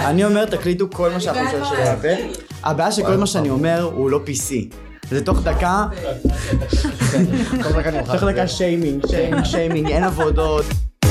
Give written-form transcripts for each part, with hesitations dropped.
אני אומר, תקליטו כל מה שאנחנו חושב שלי הפה. הבעיה שכל מה שאני אומר הוא לא PC. זה תוך דקה, תוך דקה שיימינג, אין עבודות.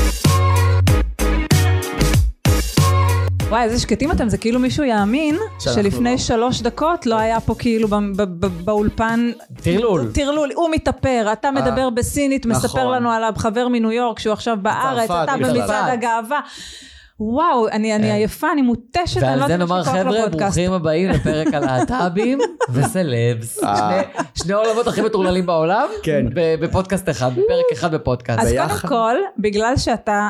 וואי, איזה שקטים אתם, זה כאילו מישהו יאמין שלפני 3 דקות לא היה פה כאילו באולפן תרלול, הוא מתאפר, אתה מדבר בסינית, מספר לנו על החבר מניו יורק שהוא עכשיו בארץ, אתה במצעד הגאווה. וואו, אני עייפה, אני מוטשת. ועל זה נאמר חבר'ה, ברוכים הבאים לפרק על להט"בים וסלבס. שני העולמות הכי מטורללים בעולם, בפודקאסט אחד, בפרק אחד בפודקאסט. אז קודם כל, בגלל שאתה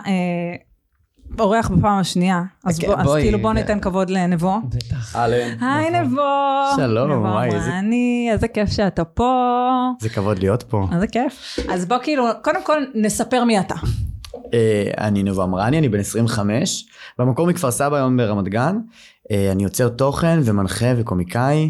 אורח בפעם השנייה, אז כאילו בוא ניתן כבוד לנבו. בטח. היי נבו. שלום, וואי. איזה כיף שאתה פה. זה כבוד להיות פה. איזה כיף. אז בוא כאילו, קודם כל נספר מי אתה. אני נבו אמרני, אני בן 25, במקור מכפר סבא היום ברמת גן, אני יוצר תוכן ומנחה וקומיקאי,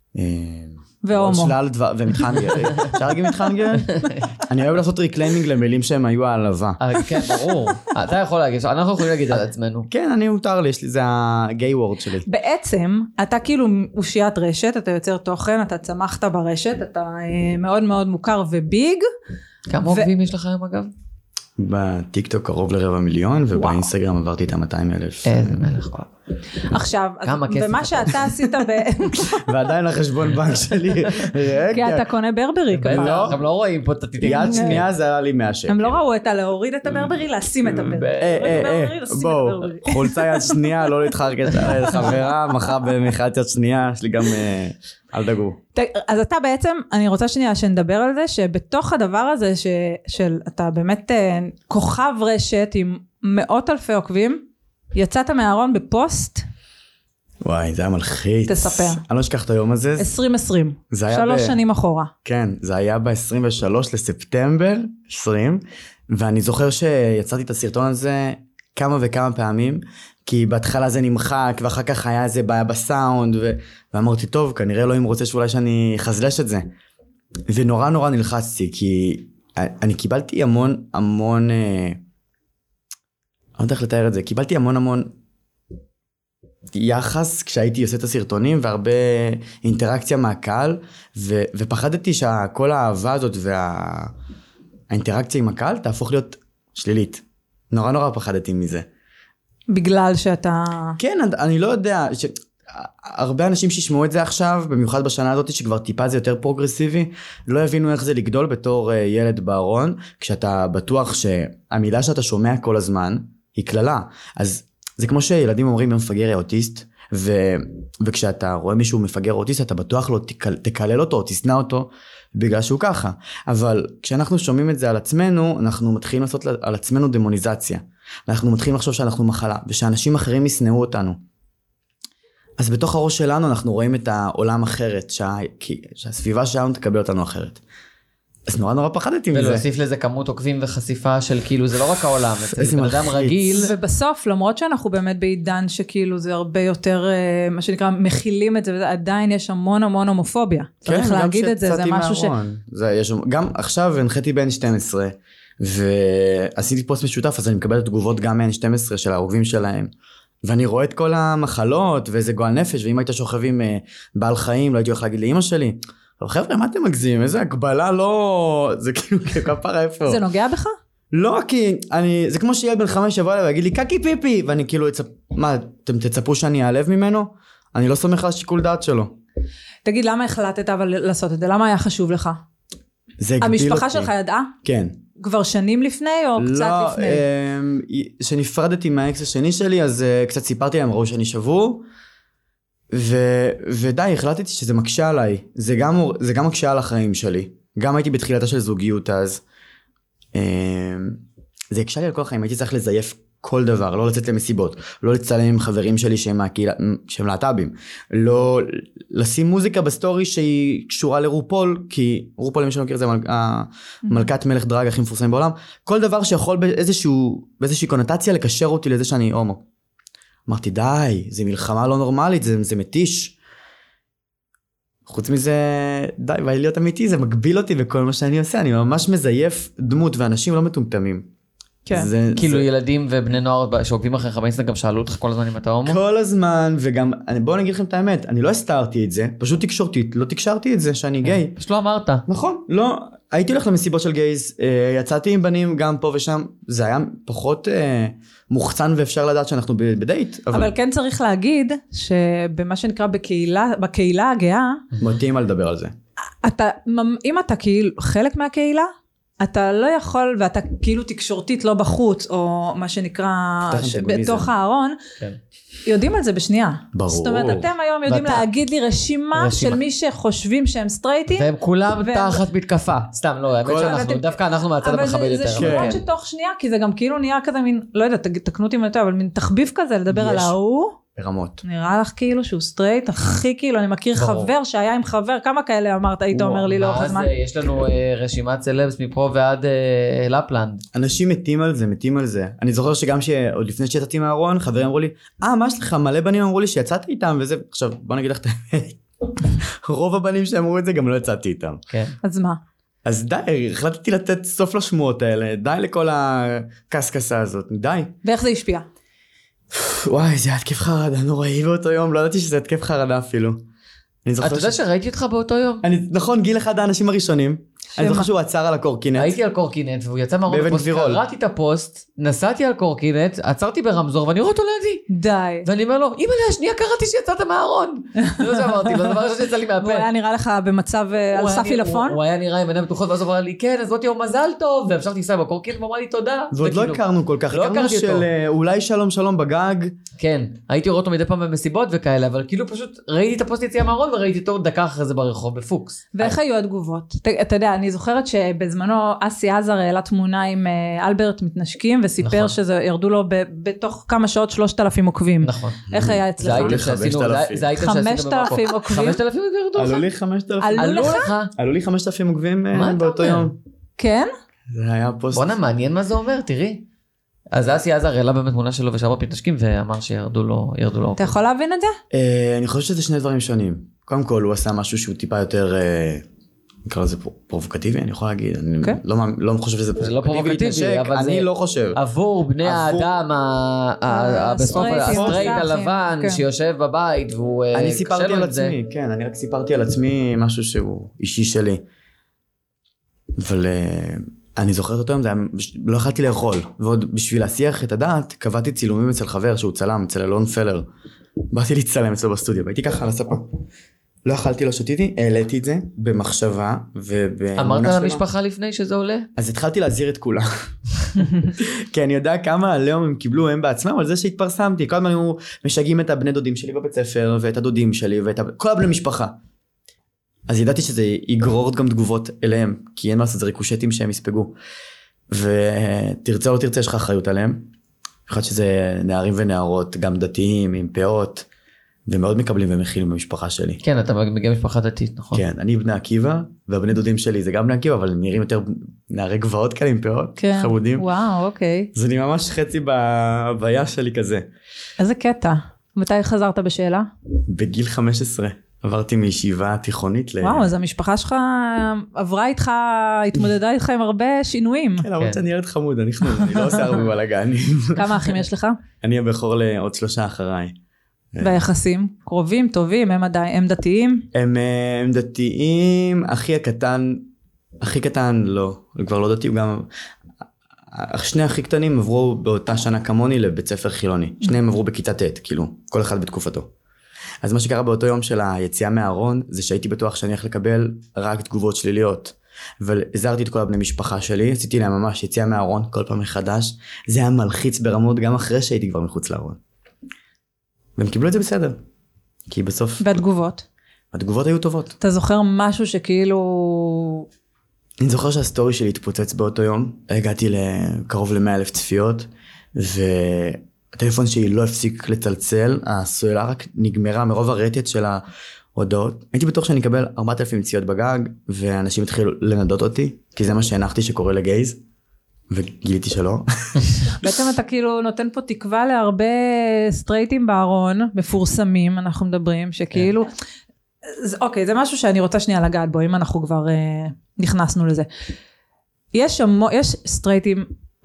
והומו. ומתחנגר, אפשר להגיד מתחנגר? אני אוהב לעשות ריקליימינג למילים שהם היו העלבה. כן, ברור. אתה יכול להגיד, אנחנו יכולים להגיד על עצמנו. כן, אני מותר לי, זה הגיי וורד שלי. בעצם, אתה כאילו אושיית רשת, אתה יוצר תוכן, אתה צמחת ברשת, אתה מאוד מאוד מוכר וביג. כמה עוקבים יש לך היום אגב? בטיקטוק קרוב ל250,000 ובאינסטגרם עברתי את 200,000. איזה מלך. עכשיו, ומה שאתה עשית ועדיין החשבון בנק שלי. כי אתה קונה ברברי. הם לא רואים פה את התיתים. יד שנייה זה היה לי 100 שקל. הם לא ראו את להוריד את הברברי, לשים את הברברי. בואו, חולצה יד שנייה, לא להתחרק את חברה, מחר במחאת יד שנייה, יש לי גם, אל דאגו. אז אתה בעצם, אני רוצה שנייה שנדבר על זה, שבתוך הדבר הזה, של אתה באמת כוכב רשת עם 100,000 עוקבים, יצאת מהארון בפוסט. וואי, זה היה מלחיץ. תספר. אני לא אשכח את היום הזה. 2020. 3 שנים אחורה. כן, זה היה ב-23 לספטמבר 20, ואני זוכר שיצאתי את הסרטון הזה כמה וכמה פעמים, כי בהתחלה זה נמחק, ואחר כך היה איזה בעיה בסאונד, ואמרתי, טוב, כנראה אלוהים רוצה שאולי שאני חזלש את זה. ונורא נורא נלחצתי, כי אני קיבלתי המון, אני לא יודע איך לתאר את זה, קיבלתי המון יחס כשהייתי עושה את הסרטונים, והרבה אינטראקציה מהקהל, ופחדתי שכל האהבה הזאת והאינטראקציה עם הקהל תהפוך להיות שלילית. נורא פחדתי מזה. בגלל שאתה... כן, אני לא יודע, הרבה אנשים שישמעו את זה עכשיו, במיוחד בשנה הזאת שכבר טיפה זה יותר פרוגרסיבי, לא יבינו איך זה לגדול בתור ילד בארון, כשאתה בטוח שהמילה שאתה שומע כל הזמן היא כללה. אז זה כמו שילדים אומרים, מפגר אוטיסט, וכשאתה רואה מישהו מפגר אוטיסט, אתה בטוח לא תקלל אותו או תסנע אותו, בגלל שהוא ככה. אבל כשאנחנו שומעים את זה על עצמנו, אנחנו מתחילים לעשות על עצמנו דמוניזציה. ואנחנו מתחילים לחשוב שאנחנו מחלה, ושאנשים אחרים יסנעו אותנו. אז בתוך הראש שלנו אנחנו רואים את העולם אחרת, שהסביבה שלנו תקבל אותנו אחרת. אז נורא פחדתי מזה. ולהוסיף לזה כמות עוקבים וחשיפה של כאילו, זה לא רק העולם, זה בן אדם רגיל. ובסוף, למרות שאנחנו באמת בעידן שכאילו זה הרבה יותר, מה שנקרא, מכילים את זה, ועדיין יש המון הומופוביה. צריך להגיד את זה, זה משהו ש... גם עכשיו הנחיתי בין 12, ועשיתי פוסט משותף, אז אני מקבל תגובות גם בין 12 של העוקבים שלהם. ואני רואה את כל המחלות, ואיזה גועל נפש, ואם היית שוכב עם בעל חיים, לא הייתי הולך להגיד לאמא שלי, אבל חבר'ה, מה אתם מגזים? איזה הגבלה לא... זה כאילו כפרה איפה. זה נוגע בך? לא, כי זה כמו שילד בן 5 יבוא אליי ויגיד לי, קקי פיפי, ואני כאילו, מה, אתם תצפו שאני אעלב ממנו? אני לא סומך על השיקול דעת שלו. תגיד, למה החלטת אבל לעשות את זה? למה היה חשוב לך? המשפחה שלך ידעה? כן. כבר שנים לפני או קצת לפני? לא, שנפרדתי מהאקס השני שלי, אז קצת סיפרתי להם, ראו שאני שבור, ודי, החלטתי שזה מקשה עליי, זה גם מקשה על החיים שלי, גם הייתי בתחילתה של זוגיות אז, זה הקשה לי על כל החיים, הייתי צריך לזייף כל דבר, לא לצאת למסיבות, לא לצלם עם חברים שלי שהם להט"בים, לא לשים מוזיקה בסטורי שהיא קשורה לרופול, כי רופול למי שאני מכיר זה מלכת מלך דרג הכי מפורסם בעולם, כל דבר שיכול באיזושהי קונוטציה לקשר אותי לזה שאני הומו. אמרתי די, זה מלחמה לא נורמלית, זה מתיש. חוץ מזה, די, ולהיות אמיתי, זה מגביל אותי בכל מה שאני עושה, אני ממש מזייף דמות, ואנשים לא מטומטמים. כאילו ילדים ובני נוער שעוקבים אחריך באינסטגרם שאלו אותך כל הזמן אם אתה הומו? כל הזמן, וגם, בואו נגיד לכם את האמת, אני לא הסתרתי את זה, פשוט תקשורתית, לא תקשרתי את זה שאני גיי. פשוט לא אמרת. נכון, לא, הייתי הולך למסיבות של גייז, יצאתי עם בנים גם פה ושם, זה היה פחות מוחצן ואפשר לדעת שאנחנו בדייט. אבל כן צריך להגיד, שבמה שנקרא בקהילה הגאה, מתאים על לדבר על זה. אם אתה כאילו חלק מהקהילה, אתה לא יכול, ואתה כאילו תקשורתית לא בחוץ, או מה שנקרא בתוך הארון, יודעים על זה בשנייה. ברור. זאת אומרת, אתם היום יודעים להגיד לי רשימה של מי שחושבים שהם סטרייטים. והם כולם תחת מתקפה. סתם, לא, האמת שאנחנו, דווקא אנחנו מהצד המכבד יותר. אבל זה שמות שתוך שנייה, כי זה גם כאילו נהיה כזה מין, לא יודעת, תקנו אותי מתי, אבל מין תחביב כזה, לדבר על ההוא. ברמות. נראה לך כאילו שהוא סטרייט, הכי כאילו, אני מכיר חבר שהיה עם חבר, כמה כאלה אמרת, היית אומר לי לאורך הזמן? יש לנו רשימת סלבס מפה ועד לפלנד. אנשים מתים על זה. אני זוכר שגם שעוד לפני שיצאתי מהארון, חברים אמרו לי, מה יש לך? מלא בנים אמרו לי שיצאתי איתם וזה. עכשיו, בוא נגיד לך את האמת. רוב הבנים שאמרו את זה גם לא יצאתי איתם. אז מה? אז די, החלטתי לתת סוף לשמועות האלה, די לכל הקסקסה הזאת, די. ואיך זה השפיע? וואי, זה היה התקף חרדה נוראי באותו יום, לא ידעתי שזה התקף חרדה אפילו. אתה יודע שראיתי אותך באותו יום? נכון, גיל אחד האנשים הראשונים. אני זוכר שהוא עצר על הקורקינט. הייתי על קורקינט, והוא יצא מהארון בפוסט, קראתי את הפוסט, נסעתי על קורקינט, עצרתי ברמזור, ואני רואה אותו לידי. די. ואני אומר לו, אמא לי, השנייה קראתי שיצאת מהארון. זה מה שאמרתי, זה הדבר שיצא לי מהפה. הוא היה נראה לך במצב על סף עילפון? הוא היה נראה עם עיניים פתוחות, ואז הוא אמר לי, כן, אז בוא תהיה מזל טוב, והמשכתי לנסוע בקורקינט, ואמר לי תודה. ועוד לא הכרנו כל כך, הכרנו של אולי שלום שלום בגג. כן, הייתי רואה אותו מדי פעם במסיבות וכאלה, אבל כאילו פשוט ראיתי את הפוסט יציאה מהארון וראיתי אותו דקה אחרי זה ברחוב בפוקס. ואיך היו התגובות? אתה יודע, אני זוכרת שבזמנו אסי עזר העלה תמונה עם אלברט מתנשקים, וסיפר שזה ירדו לו בתוך כמה שעות 3,000 עוקבים. נכון. איך היה אצלך? זה הייתם 5,000 עוקבים? 5,000 ירדו לך? עלו לי 5,000. עלו לי 5,000 עוקבים באותו יום. כן? זה היה פוסט. בוא'נה, מעניין מה זה אומר, תראי. אז אסי עזר העלה באמת תמונה שלו ושאר מתנשקים, ואמר שירדו לו. אתה יכול להבין את זה? אני חושב שזה שני דברים שונים. קודם כל, הוא עשה משהו שהוא טיפה יותר, נקרא לזה פרובוקטיבי, אני יכול להגיד. אני לא חושב שזה פרובוקטיבי, אבל אני לא חושב. עבור בני האדם, בסוף הסטרייט הלבן, שיושב בבית, והוא אני סיפרתי על עצמי, כן, אני רק סיפרתי על עצמי משהו שהוא אישי שלי. אבל אני זוכר את אותו יום, לא יכלתי לאכול, ועוד בשביל להסיח את הדעת, קבעתי צילומים אצל חבר שהוא צלם, אצל אלון פלר. באתי להצטלם אצלו בסטודיו, והייתי ככה על הספה. לא אכלתי, לא שתיתי, העליתי את זה במחשבה אמרת למשפחה לפני שזה עולה? אז התחלתי להזהיר את כולם. כי אני יודע כמה עליהם הם קיבלו הם בעצמם, על זה שהתפרסמתי. כל הזמן היו משגעים את הבני דודים שלי בבית ספר, ואת הדודים שלי, כל הבני משפחה. אז ידעתי שזה יגרור גם תגובות אליהם, כי אין מה לעשות, זה ריקושטים שהם יספגו. ותרצה או לא תרצה, יש לך אחריות עליהם. אחד שזה נערים ונערות, גם דתיים, עם פאות, ומאוד מקבלים ומכילים במשפחה שלי. כן, אתה מגיע משפחה דתית, נכון? כן, אני בני עקיבא, והבני דודים שלי זה גם בני עקיבא, אבל הם נראים יותר נערי גבעות כאלה עם פאות, כן. חמודים. וואו, אוקיי. אז אני ממש חצי בהוויה שלי כזה. איזה קטע. מתי חזרת בשאלה? בגיל 15. עברתי מישיבה תיכונית וואו, אז המשפחה שלך עברה איתך, התמודדה איתך עם הרבה שינויים. כן, למרות שאני ילד חמוד, אני לא עושה הרבה בלגן. כמה אחים יש לך? אני הבכור לעוד 3 אחריי. והיחסים? קרובים, טובים, הם דתיים? הם דתיים, הכי קטן לא, הוא כבר לא דתי, הוא גם... שני הכי קטנים עברו באותה שנה כמוני לבית ספר חילוני. שניהם עברו בכיתה ט', כאילו, כל אחד בתקופתו. אז מה שקרה באותו יום של היציאה מהארון, זה שהייתי בטוח שאני הולך לקבל רק תגובות שליליות. והזהרתי את כל הבני משפחה שלי, עשיתי להם ממש יציאה מהארון כל פעם מחדש. זה היה מלחיץ ברמות גם אחרי שהייתי כבר מחוץ לארון. והם קיבלו את זה בסדר. כי בסוף... והתגובות? התגובות היו טובות. אתה זוכר משהו שכאילו... אני זוכר שהסטורי שלי התפוצץ באותו יום. הגעתי לקרוב ל100,000 צפיות, הטלפון שלי לא הפסיק לצלצל, הסוללה רק נגמרה מרוב הרטט של ההודעות. הייתי בטוח שאני אקבל 4,000 צפיות בגג, ואנשים התחילו לנדות אותי, כי זה מה שהנחתי שקורה לגייז, וגיליתי שלא. בעצם אתה כאילו נותן פה תקווה להרבה סטרייטים בארון, מפורסמים, אנחנו מדברים, שכאילו... אוקיי, זה משהו שאני רוצה שנייה לגעת בו, אם אנחנו כבר נכנסנו לזה. יש סטרייטים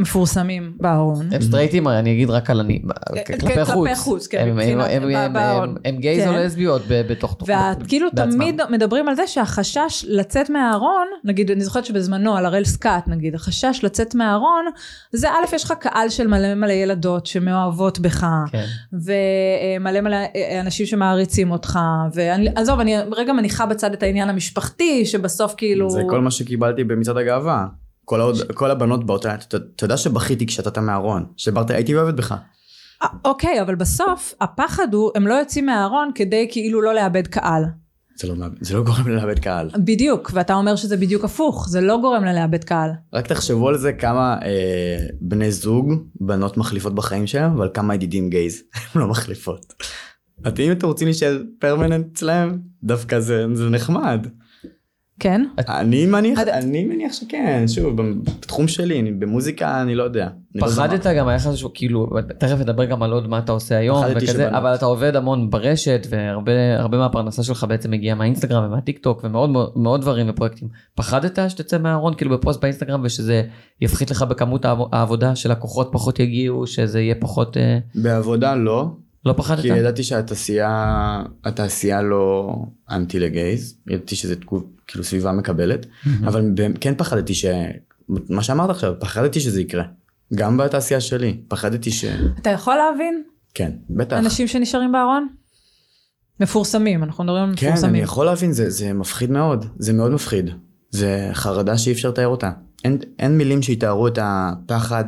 מפורסמים בארון. הם סטרייטים, אני אגיד רק על אני, כלפי חוץ. הם גייז או לסביות בתוך תוכנית. וכאילו תמיד מדברים על זה שהחשש לצאת מהארון, נגיד, אני זוכרת שבזמנו, על הראל סקאט, נגיד, החשש לצאת מהארון, זה א', יש לך קהל של מלא מלא ילדות שמאוהבות בך, ומלא מלא אנשים שמעריצים אותך, ועזוב, אני רגע מניחה בצד את העניין המשפחתי, שבסוף כאילו... זה כל מה שקיבלתי במצעד הגאווה. כל הבנות באות, אתה יודע שבכיתי כשאתה מהארון, הייתי אוהבת בך. אוקיי, אבל בסוף, הפחד הוא, הם לא יוצאים מהארון כדי כאילו לא לאבד קהל. זה לא גורם לאבד קהל. בדיוק, ואתה אומר שזה בדיוק הפוך, זה לא גורם לאבד קהל. רק תחשבו על זה כמה בני זוג, בנות מחליפות בחיים שלהם, אבל כמה ידידים גייז, הם לא מחליפות. אם אתם רוצים להישאר פרמננט אצלהם, דווקא זה נחמד. כן? אני מניח שכן, שוב, בתחום שלי, במוזיקה אני לא יודע. פחדת גם, היה לך כאילו, תכף נדבר גם על עוד מה אתה עושה היום, אבל אתה עובד המון ברשת, והרבה מהפרנסה שלך בעצם מגיע מהאינסטגרם ומהטיק טוק, ומאוד מאוד דברים ופרויקטים. פחדת שתצא מהארון, כאילו בפוסט באינסטגרם, ושזה יפחית לך בכמות העבודה, שלקוחות פחות יגיעו, שזה יהיה פחות... בעבודה לא. לא פחדת? כי ידעתי שהתעשייה לא אנטי לגייז, ידעתי שזה כאילו סביבה מקבלת, אבל כן פחדתי מה שאמרת עכשיו, פחדתי שזה יקרה. גם בתעשייה שלי, פחדתי אתה יכול להבין? כן, בטח. אנשים שנשארים בארון? מפורסמים, אנחנו מדברים על מפורסמים. כן, אני יכול להבין, זה מפחיד מאוד, זה מאוד מפחיד. זה חרדה שאי אפשר לתאר אותה. אין מילים שיתארו את הפחד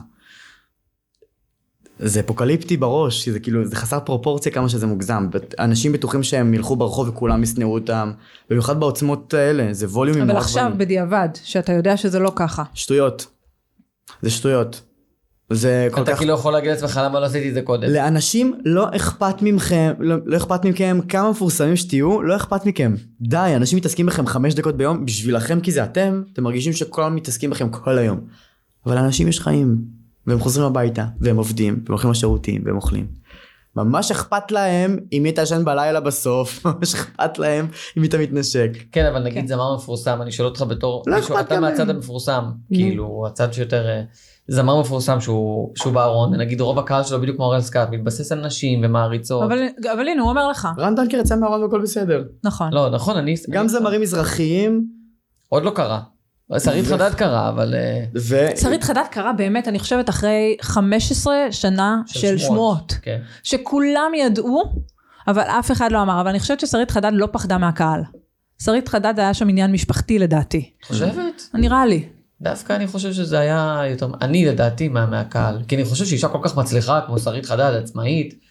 זה אפוקליפטי בראש, זה כאילו, זה חסר פרופורציה כמה שזה מוגזם. אנשים בטוחים שהם ילכו ברחוב וכולם יסנעו אותם, במיוחד בעוצמות האלה, זה ווליומים. אבל עכשיו בדיעבד, שאתה יודע שזה לא ככה. שטויות. זה שטויות. אתה כאילו יכול להגיד לעצמך למה לא עשיתי את זה קודם. לאנשים לא אכפת מכם, לא אכפת מכם כמה מפורסמים שתהיו, לא אכפת מכם. די, אנשים מתעסקים בכם 5 דקות ביום, בשבילכם כי זה אתם מרגישים שכולם מתעסקים בכם כל היום. אבל לאנשים יש חיים. והם חוזרים הביתה, והם עובדים, והם הולכים לשירותים, והם אוכלים. ממש אכפת להם אם היא תשן בלילה בסוף, ממש אכפת להם אם היא מתנשק. כן, אבל נגיד זמר מפורסם, אני שואל אותך בתור, אתה מהצד המפורסם, כאילו, הצד שיותר, זמר מפורסם שהוא בארון, ונגיד רוב הקהל שלו בדיוק כמו הראל סקאט, מתבסס על נשים ומעריצות. אבל הנה, הוא אומר לך. רן דנקר יצא מהארון והכל בסדר. נכון. לא, נכון, גם זמרים מזרחיים. עוד לא קרה. שרית חדד קרה, אבל... שרית חדד קרה באמת, אני חושבת, אחרי 15 שנה של שמועות. שכולם ידעו, אבל אף אחד לא אמר. אבל אני חושבת ששרית חדד לא פחדה מהקהל. שרית חדד היה שם עניין משפחתי לדעתי. חושבת? נראה לי. דווקא אני חושב שזה היה יותר... אני לדעתי מהקהל. כי אני חושב שאישה כל כך מצליחה, כמו שרית חדד, עצמאית.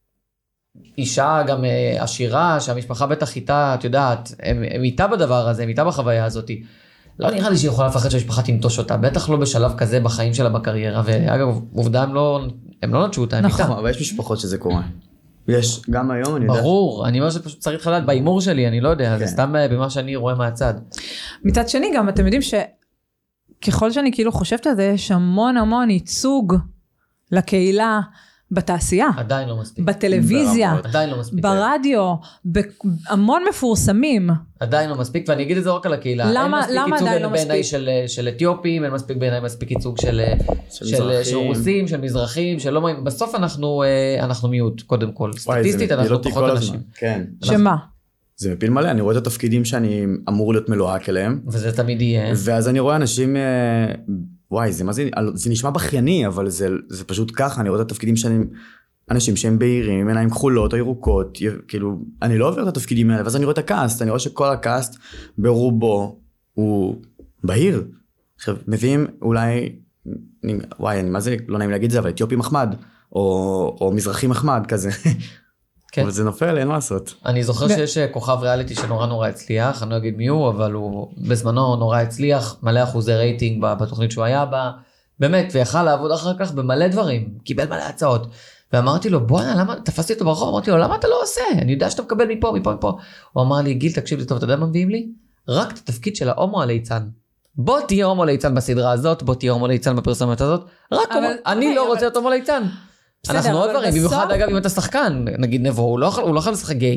אישה גם עשירה, שהמשפחה בטח איתה, את יודעת, הם איתה בדבר הזה, הם איתה בחוויה הזאת. לא נראה לי שהיא יכולה לפחד שהמשפחה תנטוש אותה, בטח לא בשלב כזה בחיים שלה בקריירה, ואגב, עובדה הם לא נטשו אותה, הם איתה. נכון, אבל יש משפחות שזה קורה. יש, גם היום אני יודע. ברור, אני אומר שפשוט צריך לדעת, באימור שלי, אני לא יודע, זה סתם במה שאני רואה מהצד. מצד שני גם, אתם יודעים שככל שאני כאילו חושבת על זה, יש המון ייצוג לקהילה, בתעשייה, עדיין לא מספיק. בטלוויזיה, עדיין לא מספיק. ברדיו, המון מפורסמים. עדיין לא מספיק, ואני אגיד את זה רק על הקהילה. למה עדיין לא מספיק? אין מספיק ייצוג בעיניי של אתיופים, אין מספיק בעיניי מספיק ייצוג של רוסים, של מזרחים, של לא... בסוף אנחנו מיעוט, קודם כל. סטטיסטית אנחנו פחות אנשים. שמה? זה מפיל מלא, אני רואה את התפקידים שאני אמור להיות מלוהק אליהם. וזה תמיד יהיה. ואז אני רואה אנשים... וואי, זה נשמע בכייני, אבל זה פשוט ככה, אני רואה את התפקידים שאני, אנשים שהם בהירים, עם עיניים כחולות או ירוקות, כאילו, אני לא עובר את התפקידים האלה, ואז אני רואה את הקאסט, אני רואה שכל הקאסט ברובו הוא בהיר. עכשיו, מביאים אולי, וואי, מה זה, לא נעים להגיד זה, אבל אתיופי מחמד, או מזרחי מחמד כזה. כן. אבל זה נופל, אין מה לעשות. אני זוכר שיש כוכב ריאליטי שנורא הצליח, אני לא אגיד מי הוא, אבל הוא בזמנו נורא הצליח, מלא אחוזי רייטינג בתוכנית שהוא היה בה, באמת, ויכל לעבוד אחר כך במלא דברים, קיבל מלא הצעות, ואמרתי לו, בוא'נה, למה, תפסתי אותו ברחוב, אמרתי לו, למה אתה לא עושה? אני יודע שאתה מקבל מפה. הוא אמר לי, גיל, תקשיב לי טוב, אתה יודע מה מביאים לי? רק את התפקיד של ההומו הליצן. בוא תהיה הומו ליצן בסדרה הזאת, בוא תהיה הומו ליצן בפרסומת הזאת, רק אני לא רוצה להיות הומו ליצן. אנחנו עוד דברים, במיוחד אגב אם אתה שחקן, נגיד נבו, הוא לא יכול לשחק גיי,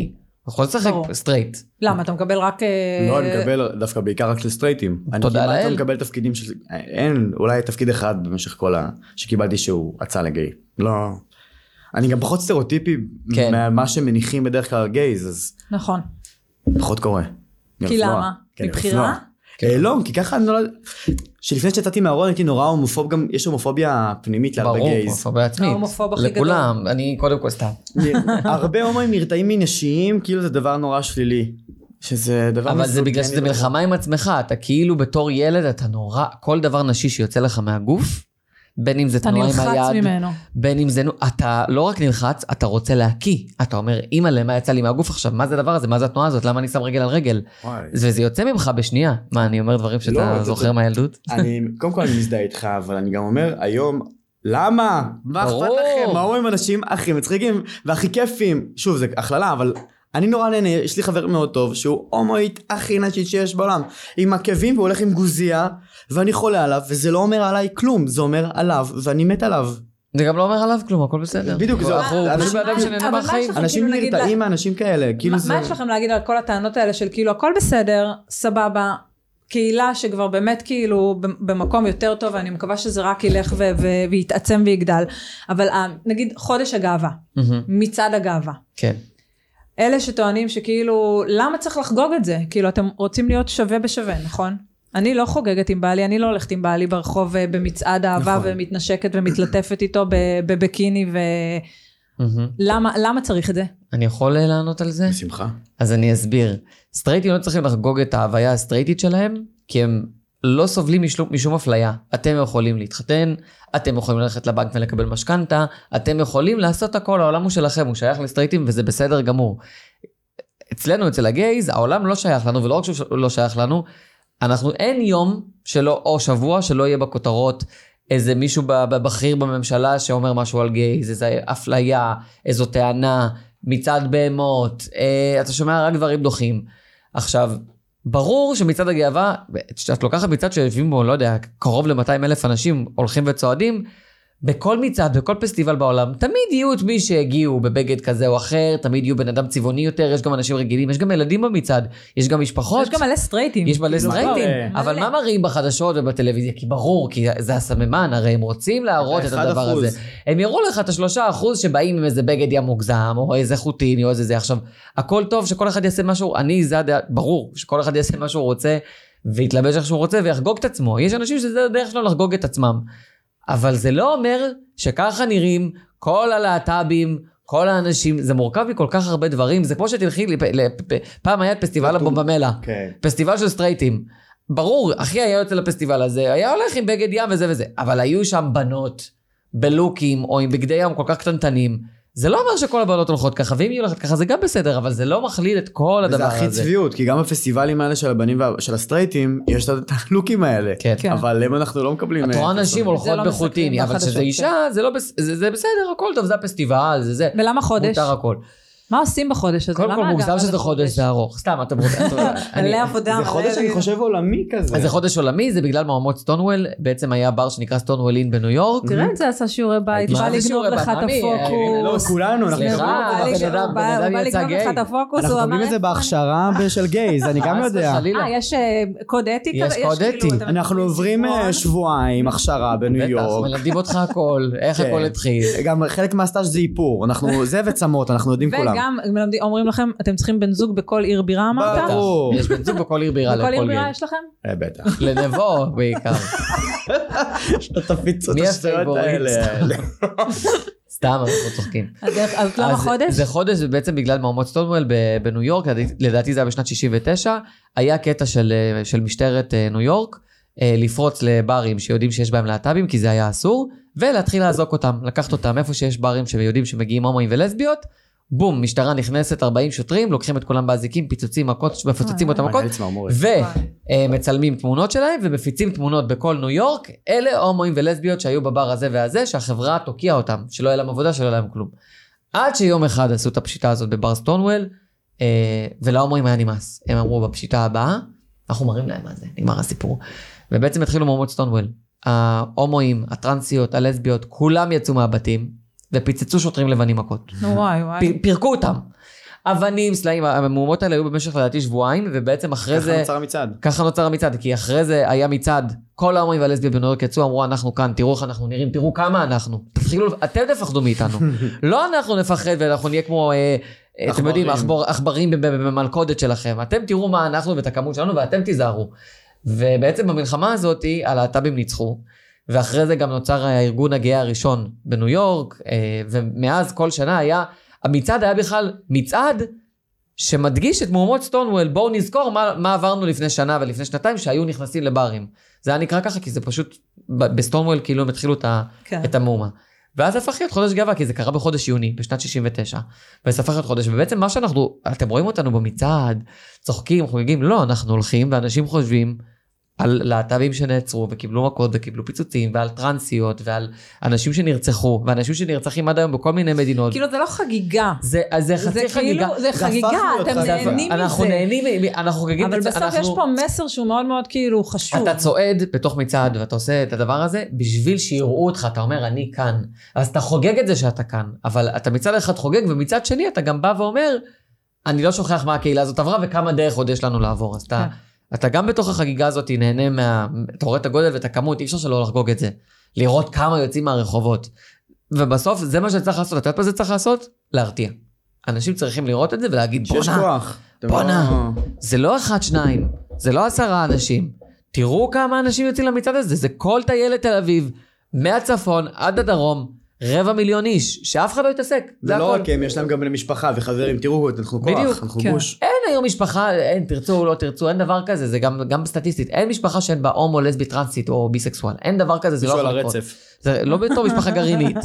יכול לשחק סטרייט. למה, אתה מקבל רק... לא, אני מקבל דווקא בעיקר רק לסטרייטים. תודה לאל. אני מקבל תפקידים של... אין, אולי תפקיד אחד במשך כל שקיבלתי שהוא הצע לגיי. לא... אני גם פחות סטריאוטיפי ממה שמניחים בדרך כלל גייז, אז... נכון. פחות קורה. כי למה? מבחירה? לא, כי ככה אני לא... שלפני שיצאתי מהארון הייתי נורא הומופוב, גם יש הומופוביה פנימית להרבה גייז. ברור, הומופוביה עצמית. ההומופוב הכי גדול. לכולם, אני קודם כל סתם. הרבה הומואים נרתעים מנשיים, כאילו זה דבר נורא שלילי. שזה דבר אבל זה בגלל שזה מלחמה עם עצמך, אתה כאילו בתור ילד, אתה נורא, כל דבר נשי שיוצא לך מהגוף, בין אם זה תנועה עם היד, בין אם זה, אתה לא רק נלחץ, אתה רוצה להקיא, אתה אומר, אמא למה יצא לי מהגוף עכשיו, מה זה הדבר הזה, מה זה התנועה הזאת, למה אני שם רגל על רגל, וזה יוצא ממך בשנייה, מה אני אומר דברים שאתה זוכר מהילדות? קודם כל אני מזדהה איתך, אבל אני גם אומר, היום, למה? מה אכפת לכם? מה אומרים אנשים הכי מצחיקים והכי כיפים? שוב, זה הכללה, אבל אני נורא נהנה, יש לי חבר מאוד טוב, שהוא הומואית הכי נשית שיש בעולם, עם עקבים והוא הולך עם גוזיה, ואני חולה עליו, וזה לא אומר עליי כלום, זה אומר עליו, ואני מת עליו. זה גם לא אומר עליו כלום, הכל בסדר. בדיוק, זה אנשים נרתעים מאנשים כאלה. מה יש לכם להגיד על כל הטענות האלה של כאילו הכל בסדר, סבבה, קהילה שכבר באמת כאילו במקום יותר טוב, ואני מקווה שזה רק ילך ויתעצם ויגדל, אבל נגיד חודש הגאווה, מצד הגאווה. כן. אלה שטוענים שכאילו, למה צריך לחגוג את זה? כאילו, אתם רוצים להיות שווה בשווה, נכון? אני לא חוגגת עם בעלי, אני לא הולכת עם בעלי ברחוב במצעד אהבה, ומתנשקת ומתלטפת איתו בבקיני, למה צריך את זה? אני יכול לענות על זה? בשמחה. אז אני אסביר. סטרייטים לא צריכים לחגוג את ההוויה הסטרייטית שלהם, כי הם לא סובלים משום אפליה. אתם יכולים להתחתן, אתם יכולים ללכת לבנק ולקבל משכנתה, אתם יכולים לעשות הכל, העולם הוא שלכם, הוא שייך לסטרייטים וזה בסדר גמור. אצלנו, אצל הגייז, העולם לא שייך לנו, ולא רק שהוא לא שייך לנו, אין יום שלא, או שבוע שלא יהיה בכותרות איזה מישהו בכיר בממשלה שאומר משהו על גייז, איזו אפליה, איזו טענה, מצד בהמות, אתה שומע רק דברים דוחים. עכשיו, ברור שמצד הגאווה, שאת לוקחת מצד שיושבים בו, לא יודע, קרוב ל-200,000 אנשים הולכים וצועדים, בכל מצד, בכל פסטיבל בעולם, תמיד יהיו את מי שהגיעו בבגד כזה או אחר, תמיד יהיו בן אדם צבעוני יותר, יש גם אנשים רגילים, יש גם ילדים במצד, יש גם משפחות. יש גם מלא סטרייטים. יש מלא סטרייטים, אבל מה מראים בחדשות ובטלוויזיה? כי ברור, כי זה הסממן, הרי הם רוצים להראות את הדבר הזה. הם יראו לך את 3% שבאים עם איזה בגד ים מוגזם, או איזה חוטיני, או איזה זה. עכשיו, הכל טוב שכל אחד יעשה משהו, ברור שכל אחד יעשה מה שהוא רוצה, ויתלבש איך שהוא רוצה, ויחגוג את עצמו. יש אנשים שזה הדרך שלו לחגוג את עצמם. אבל זה לא אומר שככה נראים כל הלהט"בים, כל האנשים, זה מורכב מכל כך הרבה דברים, זה כמו שתלכי, פעם היה פסטיבל הבומבמלה, פסטיבל של סטרייטים, ברור, אחי היה יוצא לפסטיבל הזה, היה הולך עם בגד ים וזה וזה, אבל היו שם בנות בלוקים או עם בגדי ים כל כך קטנטנים, זה לא אומר שכל הבנות הולכות ככה, ואם יהיו הולכת ככה זה גם בסדר, אבל זה לא מכליל את כל הדבר הזה. וזה הכי צביעות, כי גם בפסטיבלים האלה של הבנים ושל הסטרייטים, יש את הלוקים האלה. כן. אבל למה אנחנו לא מקבלים... את רואה נשים הולכות בחוטיני, אבל שזה אישה, זה בסדר, הכל טוב, זה הפסטיבל, זה. ולמה חודש? מותר הכל. מה עושים בחודש הזה? קודם כל מוגזם שזה חודש, זה ארוך. סתם, אתה רוצה. זה חודש אני חושב עולמי כזה. זה חודש עולמי, זה בגלל מהומות סטונוול, בעצם היה בר שנקרא סטונוול אין בניו יורק. תראה את זה עשה שיעורי בית, בא לגנוב לך את הפוקוס. לא, כולנו, בא לגנוב לך את הפוקוס. אנחנו קובלים את זה בהכשרה של גייז, אני גם יודע. יש קוד אתי? יש קוד אתי. אנחנו עוברים שבועיים הכשרה בניו יורק. מלמדים אותך הכל, איך הכל התחיל. גם חלק מהסטאז' זה איפור, אנחנו זה וצמות, אנחנו יודעים כולם. גם אומרים לכם, אתם צריכים בן זוג בכל עיר בירה, אמרת? ברור. יש בן זוג בכל עיר בירה. בכל עיר בירה יש לכם? בטח. לנבו בעיקר. שאתה תפיצות השטויות האלה. סתם, אנחנו צוחקים. אז למה חודש? זה חודש, ובעצם בגלל מהומות סטונוול בניו יורק, לדעתי זה היה בשנת 69, היה קטע של משטרת ניו יורק, לפרוץ לברים שיודעים שיש בהם להט"בים, כי זה היה אסור, ולהתחיל לעזוק אותם, לקחת אותם איפה שיש ברים שיודעים שמגיעים הומואים ולסביות, בום, משטרה נכנסת, 40 שוטרים, לוקחים את כולם באזיקים, פיצוצים, מכות, מפוצצים אותם מכות, ומצלמים תמונות שלהם, ומפיצים תמונות בכל ניו יורק, אלה הומואים ולסביות שהיו בבר הזה והזה, שהחברה תוקיע אותם, שלא יהיה להם עבודה, שלא יהיה להם כלום. עד שיום אחד עשו את הפשיטה הזאת בבר סטונוול, ולהומואים היה נמאס. הם אמרו, בפשיטה הבאה, אנחנו מראים להם מה זה, נגמר הסיפור. ובעצם התחילו מהומות סטונוול. ההומואים, הטרנסיות, הלסביות, כולם יצאו מהבתים, ופיצצו שוטרים לבנים מכות. וואי. פירקו אותם. אבנים, סלעים, המהומות האלה היו במשך לדעתי שבועיים, ובעצם אחרי זה... ככה נוצר המצעד, כי אחרי זה היה מצעד, כל ההומואים והלסביות בניו יורק יצאו, אמרו, אנחנו כאן, תראו איך אנחנו נראים, תראו כמה אנחנו. אתם תפחדו מאיתנו. לא אנחנו נפחד ואנחנו נהיה כמו, אתם יודעים, עכברים במלכודת שלכם. אתם תראו מה אנחנו ואת הכמות שלנו, ואתם תיזהרו. ובעצם במלחמה הזאת, הלהט"בים ניצחו, ואחרי זה גם נוצר הארגון הגאה הראשון בניו יורק, ומאז כל שנה המצעד היה בכלל מצעד שמדגיש את מהומות סטונוול. בואו נזכור מה עברנו לפני שנה ולפני שנתיים שהיו נכנסים לברים. זה היה נקרא ככה כי זה פשוט בסטונוול כאילו הם התחילו את המהומה. ואז זה הפך להיות חודש גאווה, כי זה קרה בחודש יוני, בשנת 69, וזה הפך להיות חודש, ובעצם מה אתם רואים אותנו במצעד, צוחקים, חוגגים, לא, אנחנו הולכים ואנשים חושבים על להט"בים שנעצרו וקיבלו מכות וקיבלו פיצוצים, ועל טרנסיות ועל אנשים שנרצחו, ואנשים שנרצחים עד היום בכל מיני מדינות. כאילו זה לא חגיגה. זה חצי חגיגה. זה חגיגה, אתם נהנים מזה. אנחנו נהנים, אנחנו חוגגים. אבל בסוף יש פה מסר שהוא מאוד מאוד כאילו חשוב. אתה צועד בתוך מצעד ואתה עושה את הדבר הזה, בשביל שיראו אותך, אתה אומר אני כאן. אז אתה חוגג את זה שאתה כאן, אבל אתה מצד אחד חוגג, ומצד שני אתה גם בא ואומר, אני לא שוכח מה הקהילה הזאת עברה וכמה דרך עוד יש לנו לעבור. אז אתה גם בתוך החגיגה הזאת נהנה אתה רואה את הגודל ואת הכמות, אי אפשר שלא לחגוג את זה. לראות כמה יוצאים מהרחובות. ובסוף זה מה שצריך לעשות. אתה יודע מה זה צריך לעשות? להרתיע. אנשים צריכים לראות את זה ולהגיד בונה. זה לא 1-2, זה לא 10 אנשים. תראו כמה אנשים יוצאים למצעד הזה. זה כל טיילת תל אביב, מהצפון עד הדרום. 250,000 איש, שאף אחד לא יתעסק. ולא רק הם, יש להם גם למשפחה וחברים, תראו, אנחנו כוח, אנחנו גוש. אין היום משפחה, אין, תרצו או לא תרצו, אין דבר כזה, זה גם בסטטיסטית, אין משפחה שאין בה הומו, לסבית, טרנסית או ביסקסואל, אין דבר כזה, זה לא יכול לקרות. זה לא בתור משפחה גרעינית.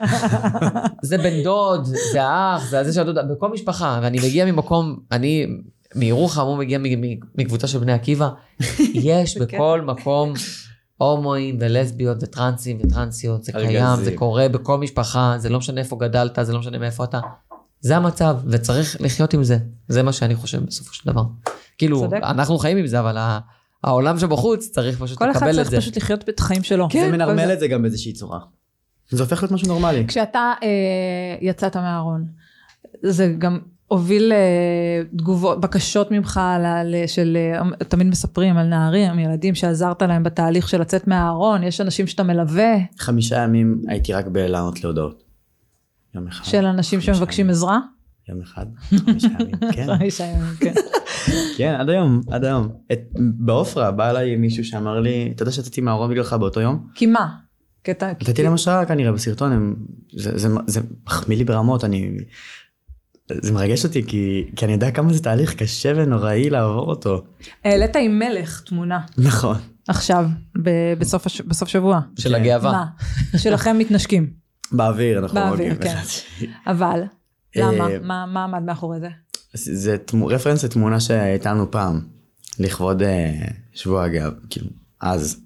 זה בן דוד, זה האח, זה שהדוד, בכל משפחה, ואני מגיע ממקום, אני מירוחם, הוא מגיע מקבוצה של בני עקיבא, יש בכל מקום הומואים ולסביות וטרנסים וטרנסיות, זה קיים, זה קורה בכל משפחה, זה לא משנה איפה גדלת, זה לא משנה מאיפה אתה, זה המצב, וצריך לחיות עם זה, זה מה שאני חושב בסופו של דבר. כאילו, אנחנו חיים עם זה, אבל העולם שבחוץ צריך פשוט לקבל את זה. כל אחד צריך פשוט לחיות את החיים שלו. זה מנרמל את זה גם באיזושהי צורה. זה הופך להיות משהו נורמלי. כשאתה יצאת מהארון, זה גם הוביל תגובות, בקשות ממך, תמיד מספרים על נערים, ילדים שעזרת להם בתהליך של לצאת מהארון, יש אנשים שאתה מלווה. 5 ימים הייתי רק לענות להודעות. יום אחד. של אנשים שמבקשים עזרה? יום אחד, 5 ימים, כן. 5 ימים, כן. כן, עד היום. באופרה בא אליי מישהו שאמר לי, אתה יודע שתצאתי מהארון בגללך באותו יום? כי מה? נתתי להם השראה כנראה בסרטון, זה מחמיא לי ברמות, זה מרגש אותי, כי אני יודע כמה זה תהליך קשה ונוראי לעבור אותו. העלית עם מלך תמונה. נכון. עכשיו, בסוף שבוע. של הגאווה. מה? שלכם מתנשקים. באוויר, אנחנו באוויר, כן. אבל, למה? מה עמד מאחורי זה? זה רפרנס לתמונה שהייתה לנו פעם, לכבוד שבוע הגאווה, כאילו, אז.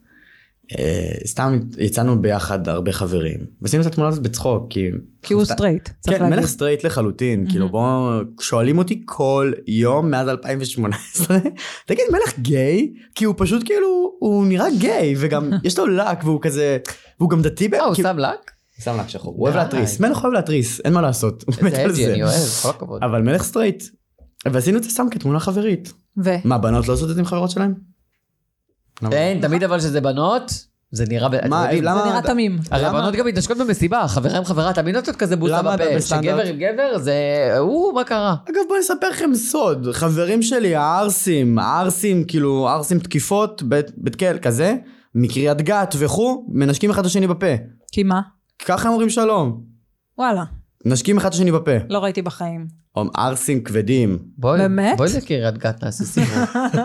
סתם יצאנו ביחד הרבה חברים, ועשינו את התמונה הזאת בצחוק, כי הוא סטרייט. כן, מלך סטרייט לחלוטין, כאילו בואו, שואלים אותי כל יום מאז 2018, תגיד מלך גיי? כי הוא פשוט כאילו, הוא נראה גיי, וגם יש לו לק, והוא כזה, והוא גם דתי. הוא שם לק? שם לק שחור, הוא אוהב להתריס, מלך אוהב להתריס, אין מה לעשות, הוא מת על זה. אני אוהב, כל הכבוד. אבל מלך סטרייט, ועשינו את זה סתם כתמונה חברית. מה, בנות לא עושות את זה עם חברות שלהם? אין, תמיד אבל שזה בנות, זה נראה... זה נראה תמים. הרי הבנות גם מתנשקות במסיבה, חברה עם חברה, תמיד נותנות כזה בוסה בפה, שגבר עם גבר, זה... מה קרה? אגב, בואי נספר לכם סוד, חברים שלי, הערסים, כאילו, הערסים תקיפות, בית כל כזה, מקריית גת וכו', מנשקים אחד השני בפה. כי מה? ככה אומרים שלום. וואלה. נשקים אחד השני בפה. לא ראיתי בחיים. ערסים כבדים. באמת? בואי לקריית גת נעשה סיבוב.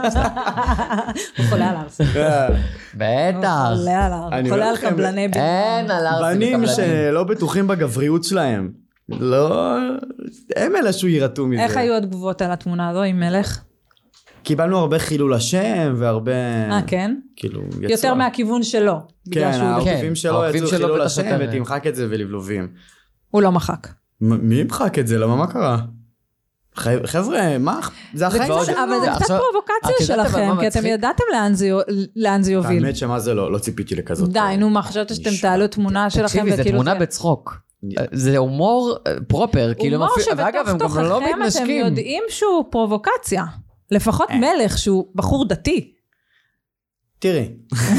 הוא חולה על ארסים. בטח. חולה על קבלני בנים. אין על ארסים וקבלנים. בנים שלא בטוחים בגבריות שלהם. לא, הם אלה שהוא ירתו מזה. איך היו התגובות על התמונה הזו עם מלך? קיבלנו הרבה חילול השם והרבה... כן? כאילו, יותר מהכיוון שלו. כן, העוקבים שלו יצאו חילול השם ותמחק את זה ולבלובים. הוא לא מחק. מי ימחק את זה? למה מה קרה? חבר'ה, מה? זה החיים שלנו. אבל זה קצת פרובוקציה שלכם, כי אתם ידעתם לאן זה יוביל. האמת שמה זה לא ציפיתי לכזאת. די, נו מה, חשבת שאתם תעלו תמונה שלכם תקשיבי, זה תמונה בצחוק. זה הומור פרופר, הומור שבתוך תוככם אתם יודעים שהוא פרובוקציה. לפחות מלך שהוא בחור דתי. תראי,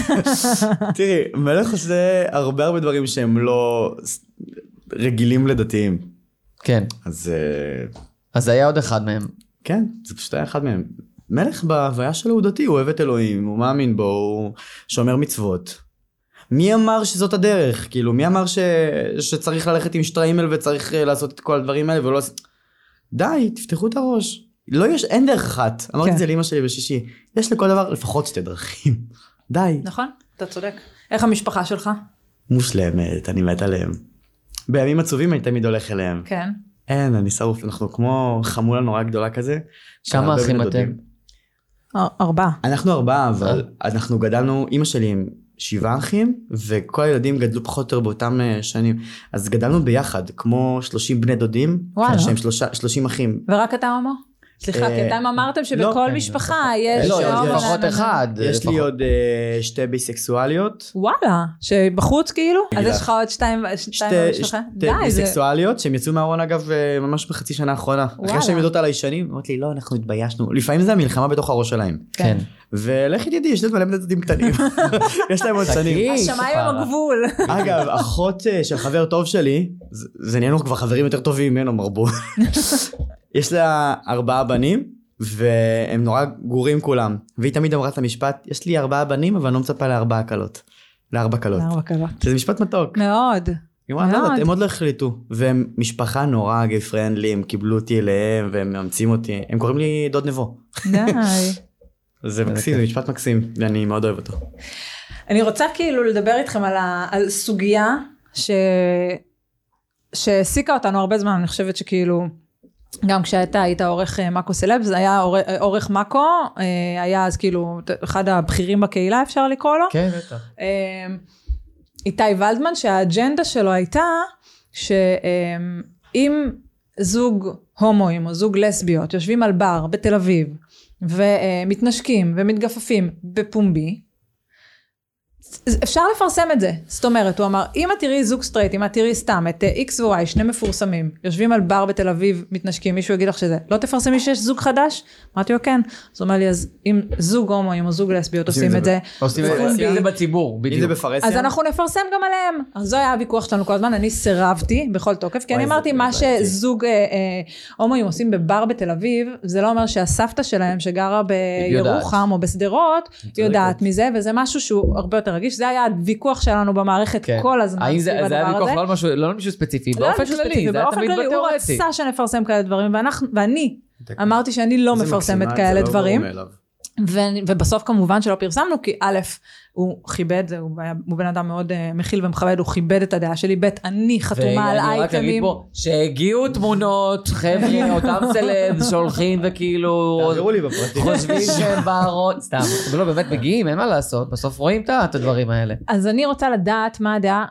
מלך עושה הרבה דברים שהם לא רגילים לדתיים. כן. אז היה עוד אחד מהם. כן, זה פשוט היה אחד מהם. מלך בהוויה שלו הוא דתי, הוא אוהב את אלוהים, הוא מאמין בו, הוא שומר מצוות. מי אמר שזאת הדרך? כאילו, מי אמר שצריך ללכת עם שטריימל וצריך לעשות את כל הדברים האלה ולא... די, תפתחו את הראש. אין דרך אחת. אמרתי את זה לאמא שלי בשישי. יש לכל דבר לפחות 2 דרכים. די. נכון, אתה צודק. איך המשפחה שלך? מושלמת, אני מת עליהם. בימים עצובים אני תמיד הולך אליהם. כן. אין, אני שרוף, אנחנו כמו חמולה נורא גדולה כזה. כמה אחים אתם? 4. אנחנו 4, אבל אנחנו גדלנו, אמא שלי עם 7 אחים, וכל הילדים גדלו פחות או יותר באותם שנים. אז גדלנו ביחד, כמו 30 בני דודים, שהם 30 אחים. ורק אתה הומו? סליחה, כי אתם אמרתם שבכל משפחה יש... לא, יש לפחות אחד. יש לי עוד 2 ביסקסואליות. וואלה, שבחוץ כאילו? אז יש לך עוד 2 במשפחה? 2 ביסקסואליות, שהם יצאו מהארון אגב ממש בחצי שנה האחרונה. אחרי שהם יודעות על הישנים, אמרת לי, לא, אנחנו התביישנו. לפעמים זה המלחמה בתוך הראש שלהם. כן. ולך ידידי, יש להם מלא בני קטנים. יש להם עוד שנים. השמיים הם הגבול. אגב, אחות של חבר טוב שלי, זה נהיינו כבר חברים יותר טובים ממנו מרבו. יש לה 4 בנים, והם נורא גורים כולם. והיא תמיד אמרה את המשפט, יש לי 4 בנים, אבל אני לא מצפה ל4 קלות. ל4 קלות. זה משפט מתוק. מאוד. הם עוד לא החליטו. והם משפחה נורא גיי פרנדלי, הם קיבלו אותי אליהם, והם מאמצים אותי. הם קוראים לי דוד נבו. די. זה מקסים, זה משפט מקסים, ואני מאוד אוהב אותו. אני רוצה כאילו לדבר איתכם על סוגיה שהעסיקה אותנו הרבה זמן, אני חושבת שכאילו, גם כשאתה היית עורך מאקו סלב, זה היה עורך מאקו, היה אז כאילו אחד הבכירים בקהילה, אפשר לקרוא לו. כן, בטח. איתי ולדמן, שהאג'נדה שלו הייתה, שאם זוג הומואים או זוג לסביות יושבים על בר בתל אביב, ומתנשקים ומתגפפים בפומבי, אפשר לפרסם את זה. זאת אומרת, הוא אמר, אם את תראי זוג סטרייט, אם את תראי סתם את X ו-Y, 2 מפורסמים, יושבים על בר בתל אביב, מתנשקים, מישהו יגיד לך שזה, לא תפרסמי שיש זוג חדש? אמרתי לו, כן. אז הוא אומר לי, אז אם זוג הומואים או זוג לסביות עושים את זה, עושים את זה בציבור, בדיוק. אז אנחנו נפרסם גם עליהם. אז זו היה הוויכוח שלנו כל הזמן, אני סירבתי בכל תוקף, כי אני אמרתי, מה שזוג הומואים עושים בבר בתל אביב, זה לא אומר שהסבתא שלהם שגרה בירוחם או בסדרות, יודעת מזה, וזה משהו שהוא הרבה יותר רגיש. זה היה הוויכוח שלנו במערכת כל הזמן. זה היה ויכוח לא מישהו ספציפי, באופן כללי, זה היה תמיד בתיאורטי. הוא רצה שנפרסם כאלה דברים, ואני אמרתי שאני לא מפרסמת כאלה דברים. ובסוף כמובן שלא פרסמנו, כי א', הוא כיבד, הוא בן אדם מאוד מכיל ומכבד, הוא כיבד את הדעה שלי, ב', אני חתומה על אייטמים. ואני רק אגיד פה, שהגיעו תמונות, חבר'ה, אותם סלבס שהולכים וכאילו, חושבים שהם בארון, סתם, ולא באמת מגיעים, אין מה לעשות, בסוף רואים את הדברים האלה. אז אני רוצה לדעת מה הדעה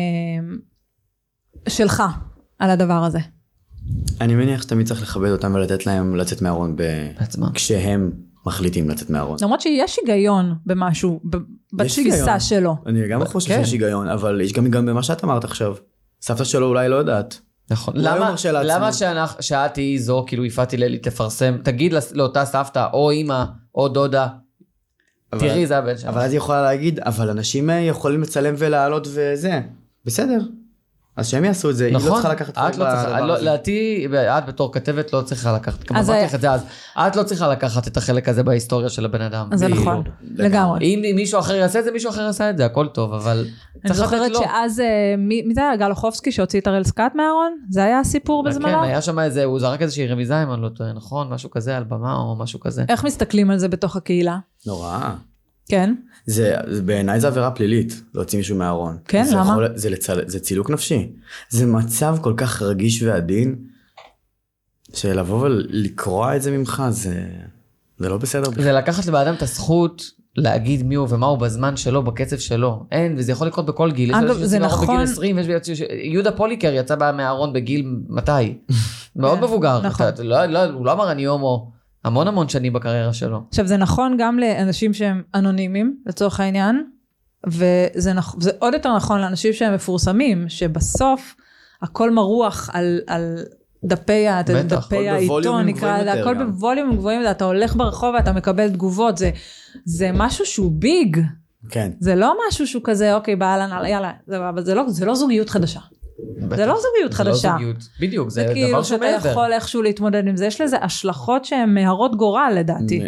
שלך על הדבר הזה. אני מניח שתמיד צריך לכבד אותם ולתת להם לצאת מהארון כשהם מחליטים לצאת מהארון. למרות שיש היגיון במשהו, בתפיסה שלו. אני גם חושב שיש היגיון, אבל יש גם במה שאת אמרת עכשיו. סבתא שלו אולי לא יודעת. נכון. למה שאת היא זו, כאילו יפעתי לילית לפרסם, תגיד לאותה סבתא, או אמא, או דודה, תראי זה הבן שם. אבל אז היא יכולה להגיד, אבל אנשים יכולים לצלם ולעלות וזה. בסדר. אז שהם יעשו את זה, היא לא צריכה לקחת חלק בדבר הזה. לדעתי, את בתור כתבת לא צריכה לקחת, כמו אמרתי לך את זה אז, את לא צריכה לקחת את החלק הזה בהיסטוריה של הבן אדם. זה נכון, לגמרי. אם מישהו אחר יעשה את זה, מישהו אחר יעשה את זה, הכל טוב, אבל אני זוכרת שאז, מי זה היה? גלוחובסקי שהוציא את הראל סקאט מהארון? זה היה הסיפור בזמנו? כן, היה שם איזה, הוא זרק איזושהי רמיזה, אם אני לא טועה, נכון? משהו כזה על במה או משהו כזה. איך מסתכלים על זה בתוך הקהילה? נורא. כן. בעיניי זה עבירה פלילית, להוציא מישהו מהארון. כן, למה? זה צילוק נפשי. זה מצב כל כך רגיש ועדין, שלבוא ולקרוע את זה ממך, זה לא בסדר. זה לקחת לבאדם את הזכות להגיד מי הוא ומה הוא בזמן שלו, בקצב שלו. אין, וזה יכול לקרות בכל גיל. אגב, זה נכון. בגיל 20, יהודה פוליקר יצא מהארון בגיל מתי? מאוד מבוגר. הוא לא אמר אני הומו. המון שנים בקריירה שלו. עכשיו זה נכון גם לאנשים שהם אנונימיים לצורך העניין, וזה עוד יותר נכון לאנשים שהם מפורסמים, שבסוף הכל מרוח על דפי העיתון, הכל בווליום גבוהים, אתה הולך ברחוב ואתה מקבל תגובות, זה משהו שהוא ביג, כן. זה לא משהו שהוא כזה, אוקיי, בעלן, יאללה, אבל זה לא זוגיות חדשה. זה לא זוגיות חדשה. בדיוק, זה דבר כאילו שהוא שאתה מעבר. יכול איכשהו להתמודד עם זה, יש לזה השלכות שהן מהרות גורל לדעתי.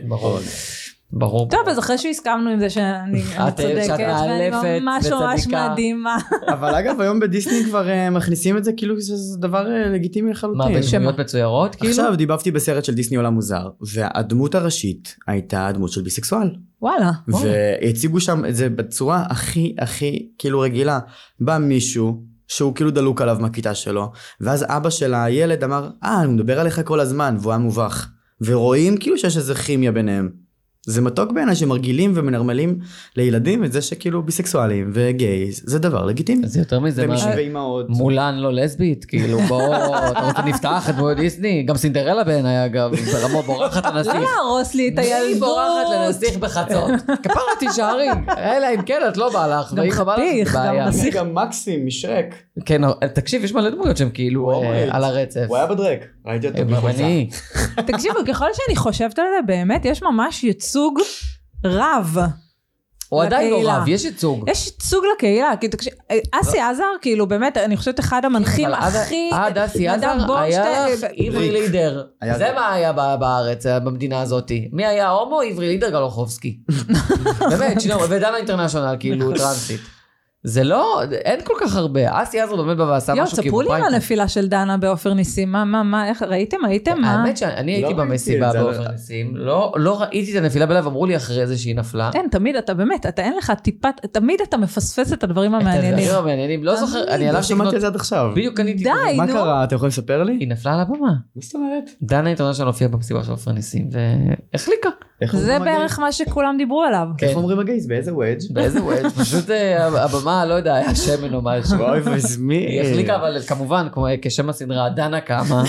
ברור. טוב, אז אחרי שהסכמנו עם זה שאני צודקת, ואני ממש מדהימה. אבל אגב, היום בדיסני כבר מכניסים את זה, כאילו זה דבר לגיטימי לחלוטין. מה, בדמויות מצוירות? עכשיו דיבבתי בסרט של דיסני עולם מוזר, והדמות הראשית הייתה הדמות של ביסקסואל. וואלה. והציגו שם את זה בצורה הכי כאילו רגילה. בא מישהו שהוא כאילו דלוק עליו מהכיתה שלו, ואז אבא של הילד אמר, אני מדבר עליך כל הזמן, והוא היה מובך. ורואים כאילו שיש איזה כימיה ביניהם. זה מתוק בעיניי שמרגילים ומנרמלים לילדים את זה שכאילו ביסקסואלים וגייז, זה דבר לגיטימי. זה יותר מזה, מולן לא לסבית, כאילו בוא, אתה רוצה נפתח את דמויות דיסני, גם סינדרלה בעיניי אגב, ברמה בורחת לנסיך. לא להרוס לי את הילדות. היא בורחת לנסיך בחצות, כפרה תישארי, אלא אם כן את לא בא לך, גם חתיך, גם נסיך. גם מקסים משרק. כן, תקשיב, יש מלא דמויות שהם כאילו על הרצף. הוא היה בדרק, ראיתי אותו בחולצה. תקשיבו, ככל שאני חושבת על זה, באמת יש ממש ייצוג רב. הוא עדיין לא רב, יש ייצוג. יש ייצוג לקהילה, כי תקשיב, אסי עזר, כאילו באמת, אני חושבת אחד המנחים הכי... עד אסי עזר היה לך עברי לידר. זה מה היה בארץ, במדינה הזאת. מי היה הומו? עברי לידר גלוחובסקי. באמת, ודנה אינטרנשיונל, כאילו טרנסית. זה לא, אין כל כך הרבה. אסי עזר באמת ועשה משהו כאילו... ספרו לי על הנפילה של דנה באופר ניסים, מה, איך, ראיתם? האמת שאני הייתי במסיבה באופר ניסים, לא ראיתי את הנפילה בלב, אמרו לי אחרי זה שהיא נפלה. אין, תמיד אתה באמת, אתה אין לך טיפה, תמיד אתה מפספס את הדברים המעניינים. את הדברים המעניינים, לא זוכר, אני הלכתי שמעתי את זה עד עכשיו. בדיוק קניתי. די, נו. מה קרה? אתה יכול לספר לי? היא נפלה על הבמה. מה זאת אומרת? דנה אינטרנשיונל הופיעה במסיבה של אופר ניסים, והחליקה. זה בערך מה שכולם דיברו עליו. איך אומרים הגייז? באיזה ווידג'? באיזה ווידג'? פשוט הבמה, לא יודע, היה שמן או משהו. אוי וזמי. היא החליקה, אבל כמובן, כשם הסדרה, דנה קמה.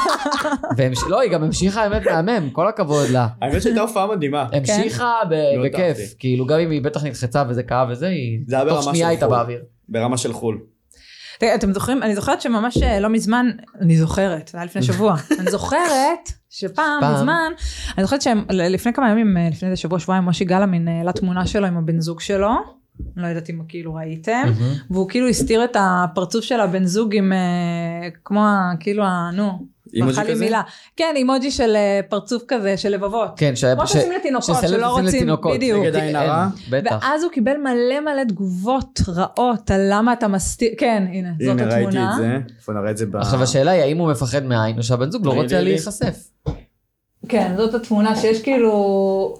לא, היא גם המשיכה, האמת, מהמם, כל הכבוד לה. האמת שהייתה הופעה מדהימה. המשיכה בכיף. כאילו, גם אם היא בטח נלחצה וזה כאב וזה, היא תוך שנייה הייתה באוויר. ברמה של חול. אתם זוכרים, אני זוכרת שממש לא מזמן, אני זוכרת, זה היה לפני שבוע, אני זוכרת שפעם, מזמן, אני זוכרת שלפני כמה ימים, לפני זה שבוע-שבועיים, מושי גלאמין העלה תמונה שלו עם הבן זוג שלו, לא יודעת אם כאילו ראיתם, והוא כאילו הסתיר את הפרצוף של הבן זוג עם, כמו כאילו, אימוג'י כזה? כן, אימוג'י של פרצוף כזה, של לבבות. כן, כמו שעושים לתינוקות, שלא רוצים, בדיוק. נגד עין הרע. ואז הוא קיבל מלא תגובות רעות על למה אתה מסתיר, כן, הנה, זאת התמונה. הנה ראיתי את זה, איפה נראה את זה עכשיו השאלה היא, האם הוא מפחד מהעין, או שהבן זוג לא רוצה להיחשף? כן, זאת התמונה שיש כאילו...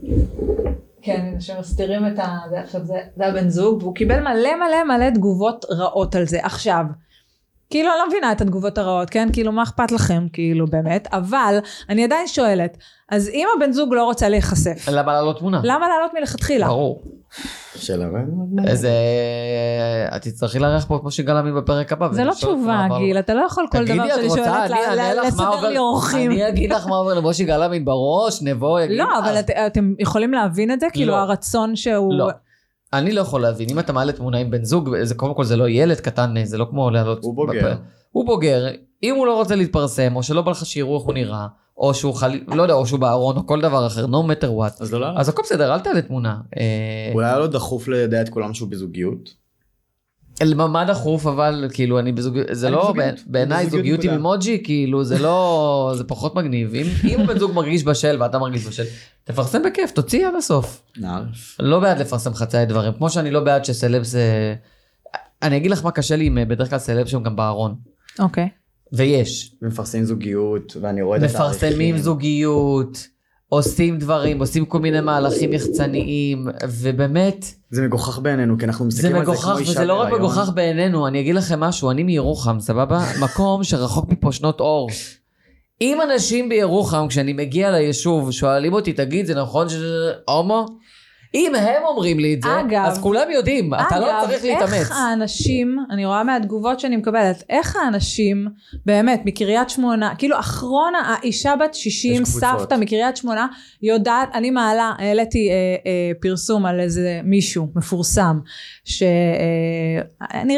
כן, שמסתירים את ה... עכשיו זה הבן זוג, והוא קיבל מלא תגובות רעות על זה. עכשיו, כאילו אני לא מבינה את התגובות הרעות, כן? כאילו מה אכפת לכם, כאילו באמת, אבל אני עדיין שואלת, אז אם הבן זוג לא רוצה להיחשף... למה לעלות תמונה? למה לעלות מלכתחילה? ברור. שאלה איזה... את תצטרכי לארח פה כמו שגלאמין בפרק הבא. זה לא תשובה, גיל, אתה לא יכול כל דבר שאני שואלת לסדר לי אורחים. אני אגיד לך מה עובר למושי גלאמין בראש, נבוא, יגיד... לא, אבל אתם יכולים להבין את זה? כאילו הרצון שהוא... לא. אני לא יכול להבין, אם אתה מעלה תמונה עם בן זוג, קודם כל זה לא ילד קטן, זה לא כמו לעלות... הוא בוגר. הוא בוגר, אם הוא לא רוצה להתפרסם, או שלא בא לך שיראו איך הוא נראה, או שהוא לא יודע, או שהוא בארון, או כל דבר אחר, no matter what. אז הכל בסדר, אל תעלה תמונה. אולי היה לו דחוף לידע את כולם שהוא בזוגיות? מה דחוף, אבל כאילו אני בזוגיות, זה לא, בעיניי זוגיות עם אימוג'י, כאילו זה לא, זה פחות מגניב. אם הוא בן זוג מרגיש בשל ואתה מרגיש בשל, תפרסם בכיף, תוציא עד הסוף. לא בעד לפרסם חצאי דברים, כמו שאני לא בעד שסלבס, אני אגיד לך מה קשה לי עם בדרך כלל סלבס שהם גם בארון. אוקיי. ויש. מפרסמים זוגיות, ואני רואה את התאריכים. מפרסמים זוגיות, עושים דברים, עושים כל מיני מהלכים יחצניים, ובאמת... זה מגוחך בעינינו, כי אנחנו מסתכלים על זה כמו אישה בהיריון. וזה לא רק מגוחך בעינינו, אני אגיד לכם משהו, אני מירוחם, סבבה? מקום שרחוק מפה שנות אור. אם אנשים בירוחם, כשאני מגיע ליישוב, שואלים אותי, תגיד, זה נכון שזה הומו? אם הם אומרים לי את זה, אז כולם יודעים, אתה לא צריך להתאמץ. איך האנשים, אני רואה מהתגובות שאני מקבלת, איך האנשים, באמת, מקריית שמונה, כאילו אחרון האישה בת 60, סבתא מקריית שמונה, יודעת, אני מעלה, העליתי פרסום על איזה מישהו מפורסם, שנראה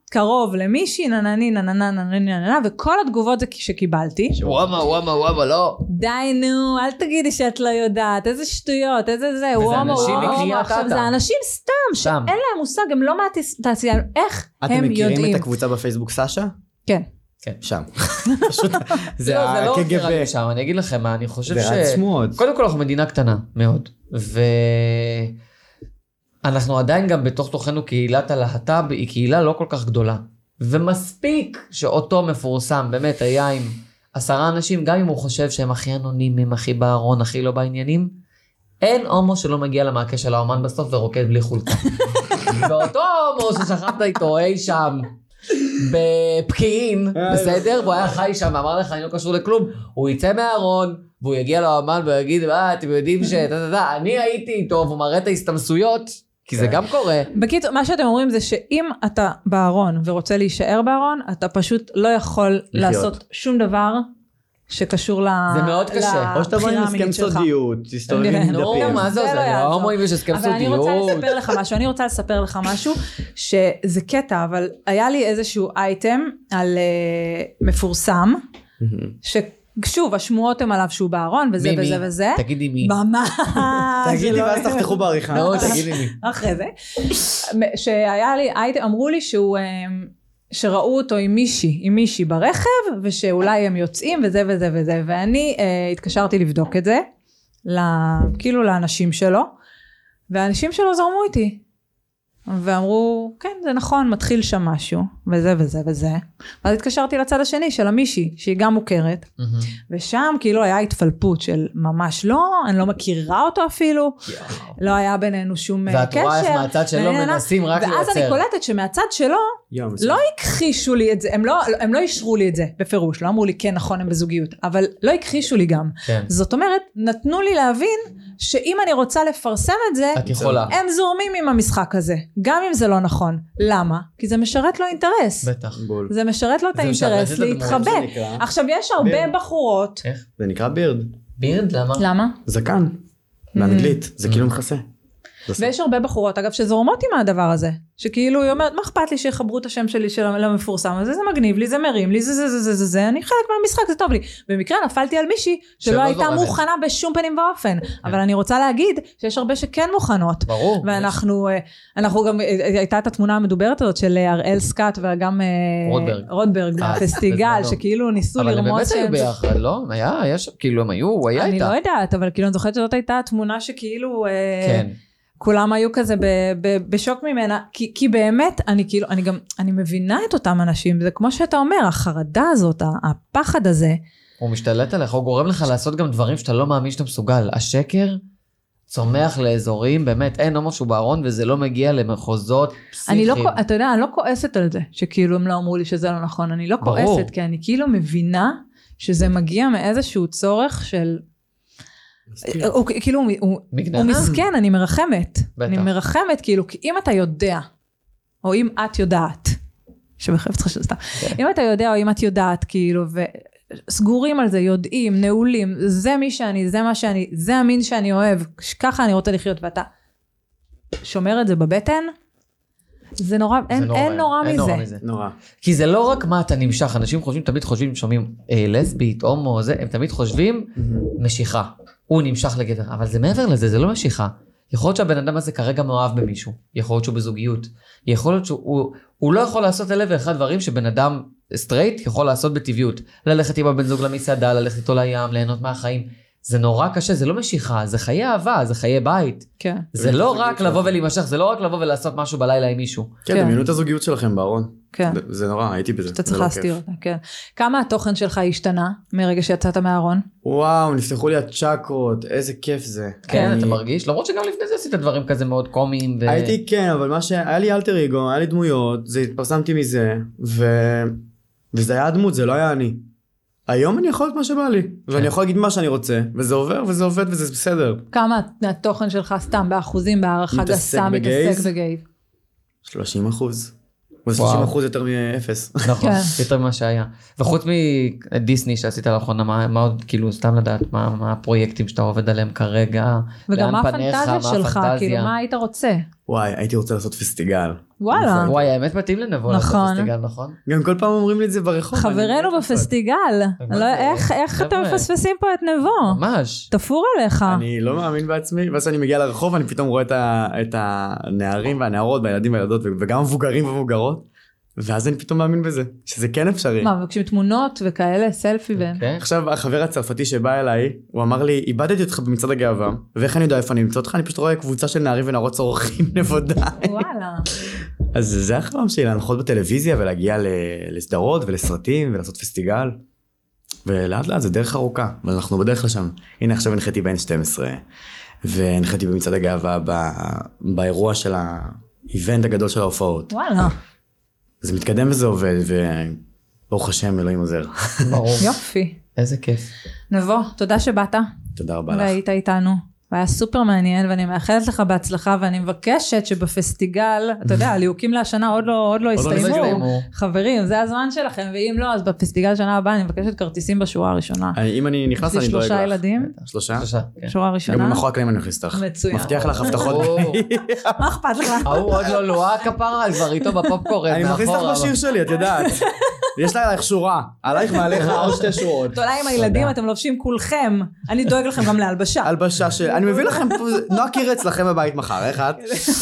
קרוב למישהי, ננני, וכל התגובות זה שקיבלתי. וואמה, לא. די נו, אל תגידי שאת לא יודעת, איזה שטויות, איזה זה, וואמה, עכשיו זה אנשים סתם, שאין להם מושג, הם לא מהתעשייה, איך הם יודעים. אתם מכירים את הקבוצה בפייסבוק סשה? כן. שם. זה לא אוקיי שם, אני אגיד לכם מה, אני חושב קודם כל אנחנו מדינה קטנה מאוד, ואנחנו עדיין גם בתוך תוכנו קהילת הלהט"ב, היא קהילה לא כל כך גדולה, ומספיק שאותו מפורסם באמת היה עם 10 אנשים, גם אם הוא חושב שהם הכי אנונימיים, הכי בארון, הכי לא בעניינים, אין הומו שלא מגיע למעקה של האומן בסוף ורוקד בלי חולצה. ואותו הומו ששכבת איתו אי שם, בפקיעין, בסדר? והוא היה חי שם, אמר לך, אני לא קשור לכלום, הוא יצא מהארון, והוא יגיע לאומן ויגיד, אתם יודעים אני הייתי איתו, והוא מראה את ההסתמסויות, כי זה גם קורה. בקיצור, מה שאתם אומרים זה שאם אתה בארון ורוצה להישאר בארון, אתה פשוט לא יכול לעשות שום דבר שקשור זה מאוד קשה. או שאתה בוא עם הסכם סודיות, תסתובבים עם דפים. מה זה עוזר? לא הומואים יש הסכם סודיות. אבל אני רוצה לספר לך משהו, שזה קטע, אבל היה לי איזשהו אייטם על מפורסם, ששוב, השמועות הם עליו שהוא בארון, וזה וזה וזה. תגידי מי. ממש. תגידי ואז תחתכו בעריכה. לא, תגידי מי. אחרי זה. שהיה לי אייטם, אמרו לי שהוא... שראו אותו עם מישהי ברכב, ושאולי הם יוצאים וזה וזה וזה, ואני התקשרתי לבדוק את זה, כאילו לאנשים שלו, והאנשים שלו זרמו איתי, ואמרו, כן, זה נכון, מתחיל שם משהו, וזה וזה וזה, ואז התקשרתי לצד השני של המישהי, שהיא גם מוכרת, ושם כאילו היה התפלפות של ממש לא, אני לא מכירה אותו אפילו, לא היה בינינו שום קשר. ואת רואה איך מהצד שלו מנסים רק לייצר. ואז אני קולטת שמהצד שלו, לא הכחישו לי את זה, הם לא אישרו לי את זה, בפירוש, לא אמרו לי כן נכון הם בזוגיות, אבל לא הכחישו לי גם. זאת אומרת, נתנו לי להבין, שאם אני רוצה לפרסם את זה, הם זורמים עם המשחק הזה, גם אם זה לא נכון. למה? כי זה משרת לו אינטרס. בטח. זה משרת לו את האינטרס להתחבק. עכשיו יש הרבה בחורות. איך? זה נקרא בירד. בירד? למה? למה? זקן. באנגלית. זה כאילו מכסה. ויש הרבה בחורות, אגב, שזורמות עם הדבר הזה, שכאילו היא אומרת, מה אכפת לי שיחברו את השם שלי למפורסם הזה, זה מגניב לי, זה מרים לי, זה, אני חלק מהמשחק, זה טוב לי. במקרה נפלתי על מישהי שלא הייתה מוכנה בשום פנים ואופן, אבל אני רוצה להגיד שיש הרבה שכן מוכנות. ברור. ואנחנו גם, הייתה את התמונה המדוברת הזאת של אראל סקאט וגם רודברג מהפסטיגל, שכאילו ניסו לרמוז שהם... אבל הם באמת היו ביחד, לא? כאילו הם היו, הוא היה איתה. אני לא יודעת, אבל כאילו אני זוכרת שזאת הייתה התמונה שכאילו... כן. כולם היו כזה בשוק ממנה, כי באמת, אני מבינה את אותם אנשים, זה כמו שאתה אומר, החרדה הזאת, הפחד הזה. הוא משתלט עליך, הוא גורם לך לעשות גם דברים שאתה לא מאמין שאתה מסוגל. השקר צומח לאזורים, באמת אין משהו בארון, וזה לא מגיע למחוזות פסיכיים. אתה יודע, אני לא כועסת על זה, שכאילו הם לא אמרו לי שזה לא נכון, אני לא כועסת, כי אני כאילו מבינה, שזה מגיע מאיזשהו צורך של... הוא מסכן, אני מרחמת. אני מרחמת, כאילו, כי אם אתה יודע, או אם את יודעת, שבחפץ לך שסתם, אם אתה יודע, או אם את יודעת, כאילו, וסגורים על זה, יודעים, נעולים, זה מי שאני, זה מה שאני, זה המין שאני אוהב, ככה אני רוצה לחיות, ואתה שומר את זה בבטן, זה נורא, אין נורא מזה. נורא. כי זה לא רק מה אתה נמשך, אנשים תמיד חושבים, שומעים לסבית, הומו, הם תמיד חושבים, משיכה. הוא נמשך לגבר, אבל זה מעבר לזה, זה לא משיכה. יכול להיות שהבן אדם הזה כרגע מאוהב במישהו, יכול להיות שהוא בזוגיות, יכול להיות שהוא לא יכול לעשות אלף ואחד דברים שבן אדם סטרייט יכול לעשות בטבעיות. ללכת עם הבן זוג למסעדה, ללכת איתו לים, ליהנות מהחיים. זה נורא קשה, זה לא משיכה, זה חיי אהבה, זה חיי בית. כן. זה לא רק לבוא ולהימשך, זה לא רק לבוא ולעשות משהו בלילה עם מישהו. כן, דמיינו את הזוגיות שלכם בארון. כן. זה נורא, הייתי בזה. אתה צריך להסתיר אותה, כן. כמה התוכן שלך השתנה מרגע שיצאת מהארון? וואו, נפתחו לי הצ'קרות, איזה כיף זה. כן, אתה מרגיש? למרות שגם לפני זה עשית דברים כזה מאוד קומיים. הייתי כן, אבל מה שהיה לי אלטר אגו, היה לי דמויות, זה התפרסמתי מזה, וזה היה הדמות, זה לא היה אני. היום אני יכול להיות מה שבא לי, ואני יכול להגיד מה שאני רוצה, וזה עובר, וזה עובד, וזה בסדר. כמה התוכן שלך סתם באחוזים, בערכה גסה, מתעסק בגייז? 30%. וזה 30% יותר מ-0. נכון, יותר ממה שהיה. וחוץ מדיסני שעשית לאחרונה, מה עוד, כאילו, סתם לדעת, מה הפרויקטים שאתה עובד עליהם כרגע? וגם מה הפנטזיה שלך, כאילו, מה היית רוצה? וואי, הייתי רוצה לעשות פסטיגל. וואלה. וואי, האמת מתאים לנבו לעשות פסטיגל, נכון? גם כל פעם אומרים לי את זה ברחוב. חברנו בפסטיגל. איך אתם מפספסים פה את נבו? ממש. תפור עליך. אני לא מאמין בעצמי, ואז אני מגיע לרחוב, אני פתאום רואה את הנערים והנערות, והילדים והילדות, וגם מבוגרים ומבוגרות, ואז אני פתאום מאמין בזה, שזה כן אפשרי. מה, מבקשים תמונות וכאלה, סלפי עכשיו, החבר הצרפתי שבא אליי, הוא אמר לי, איבדתי אותך במצעד הגאווה, ואיך אני יודע איפה אני אמצא אותך? אני פשוט רואה קבוצה של נערים ונערות צורכים נבודאי. וואלה. אז זה החלום שלי, להנחות בטלוויזיה ולהגיע לסדרות ולסרטים ולעשות פסטיגל. ולאט לאט זה דרך ארוכה, ואנחנו בדרך לשם. הנה עכשיו הנחיתי ב-N12, והנחיתי במצעד הגאווה באירוע של האיבנט הגדול של ההופעות. וואלה. זה מתקדם וזה עובד, וברוך השם אלוהים עוזר. ברור. יופי. איזה כיף. נבו, תודה שבאת. תודה רבה לך. והיית איתנו. והיה סופר מעניין, ואני מאחלת לך בהצלחה, ואני מבקשת שבפסטיגל, אתה יודע, הליהוקים להשנה עוד לא הסתיימו. חברים, זה הזמן שלכם, ואם לא, אז בפסטיגל שנה הבאה, אני מבקשת כרטיסים בשורה הראשונה. אם אני נכנס, אני דואג לך. 3 ילדים. 3? שורה ראשונה. גם במחור הקלעים אני נכנס לך. מצוין. מבטיח לך הבטחות. מה אכפת לך? הוא עוד לא לואה כפרה, כבר איתו בפופקורן. אני מכניס לך בשיר שלי, את יודעת. יש עלייך שורה, עלייך מעליך עוד 2 שורות. תולה עם הילדים, אתם לובשים כולכם, אני דואג לכם גם להלבשה. הלבשה של... אני מביא לכם, נועה קירץ לכם בבית מחר, איך את?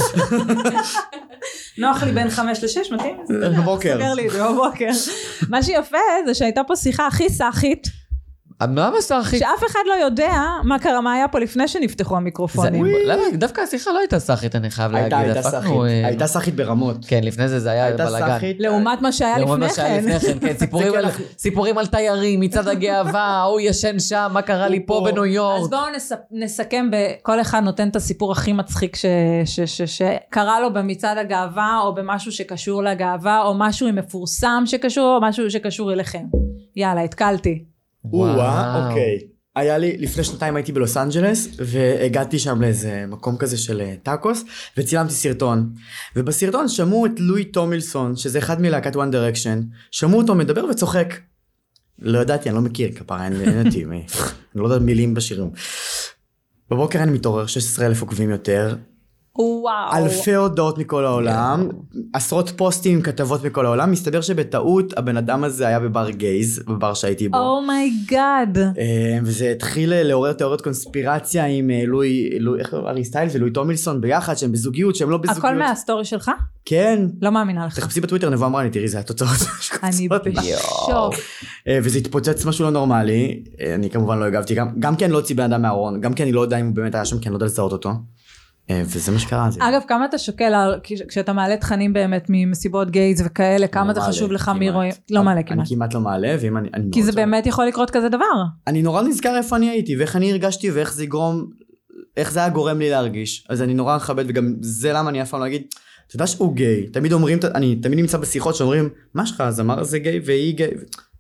נוח לי בין 5 ל-6, מתאים? בבוקר. סגר לי, בבוקר. מה שיפה זה שהייתה פה שיחה הכי סאחית, מה מסאחית? שאף אחד לא יודע מה קרה, מה היה פה לפני שנפתחו המיקרופונים. דווקא השיחה לא הייתה סאחית, אני חייב להגיד. הייתה סאחית ברמות. כן, לפני זה היה בלגן. לעומת מה שהיה לפני כן. סיפורים על תיירים, מצעד הגאווה, ההוא ישן שם, מה קרה לי פה בניו יורק. אז בואו נסכם, כל אחד נותן את הסיפור הכי מצחיק שקרה לו במצעד הגאווה, או במשהו שקשור לגאווה, או משהו מפורסם שקשור, או משהו שקשור אליכם. יאללה, התקלתי. אוקיי. היה לי, לפני 2 הייתי בלוס אנג'לס, והגעתי שם לאיזה מקום כזה של טאקוס, וצילמתי סרטון. ובסרטון שמעו את לואי טומילסון, שזה אחד מלהקת One Direction, שמעו אותו מדבר וצוחק. לא ידעתי, אני לא מכיר, כפרה, אין אותי, אני לא יודע מילים בשירים. בבוקר אני מתעורר, 16,000 עוקבים יותר, וואו. אלפי הודעות מכל העולם, עשרות פוסטים, כתבות מכל העולם, מסתבר שבטעות הבן אדם הזה היה בבר גייז, בבר שהייתי בו. אומייגאד. וזה התחיל לעורר תיאוריות קונספירציה עם לואי, ארי סטיילס ולואי טומילסון ביחד, שהם בזוגיות, שהם לא בזוגיות. הכל מהסטורי שלך? כן. לא מאמינה לך. תחפשי בטוויטר, נבוא אמרה לי, תראי, זה התוצאות. אני בשוק. וזה התפוצץ משהו לא נורמלי, אני כמובן לא הגבתי, גם כי אני לא הוציא בן אדם מהארון, גם כי אני לא יודע אם הוא באמת היה שם, כי אני לא יודע לזהות אותו. וזה מה שקרה. אגב, כמה אתה שוקל, כשאתה מעלה תכנים באמת ממסיבות גייז וכאלה, כמה זה חשוב לך מי רואה? לא מעלה כמעט. אני כמעט לא מעלה, כי זה באמת יכול לקרות כזה דבר. אני נורא נזכר איפה אני הייתי, ואיך אני הרגשתי, ואיך זה יגרום, איך זה היה גורם לי להרגיש. אז אני נורא מכבד, וגם זה למה אני אף פעם לא אגיד, אתה יודע שהוא גיי, תמיד אומרים, אני תמיד נמצא בשיחות שאומרים, מה שלך, אז אמר זה גיי, והיא גיי,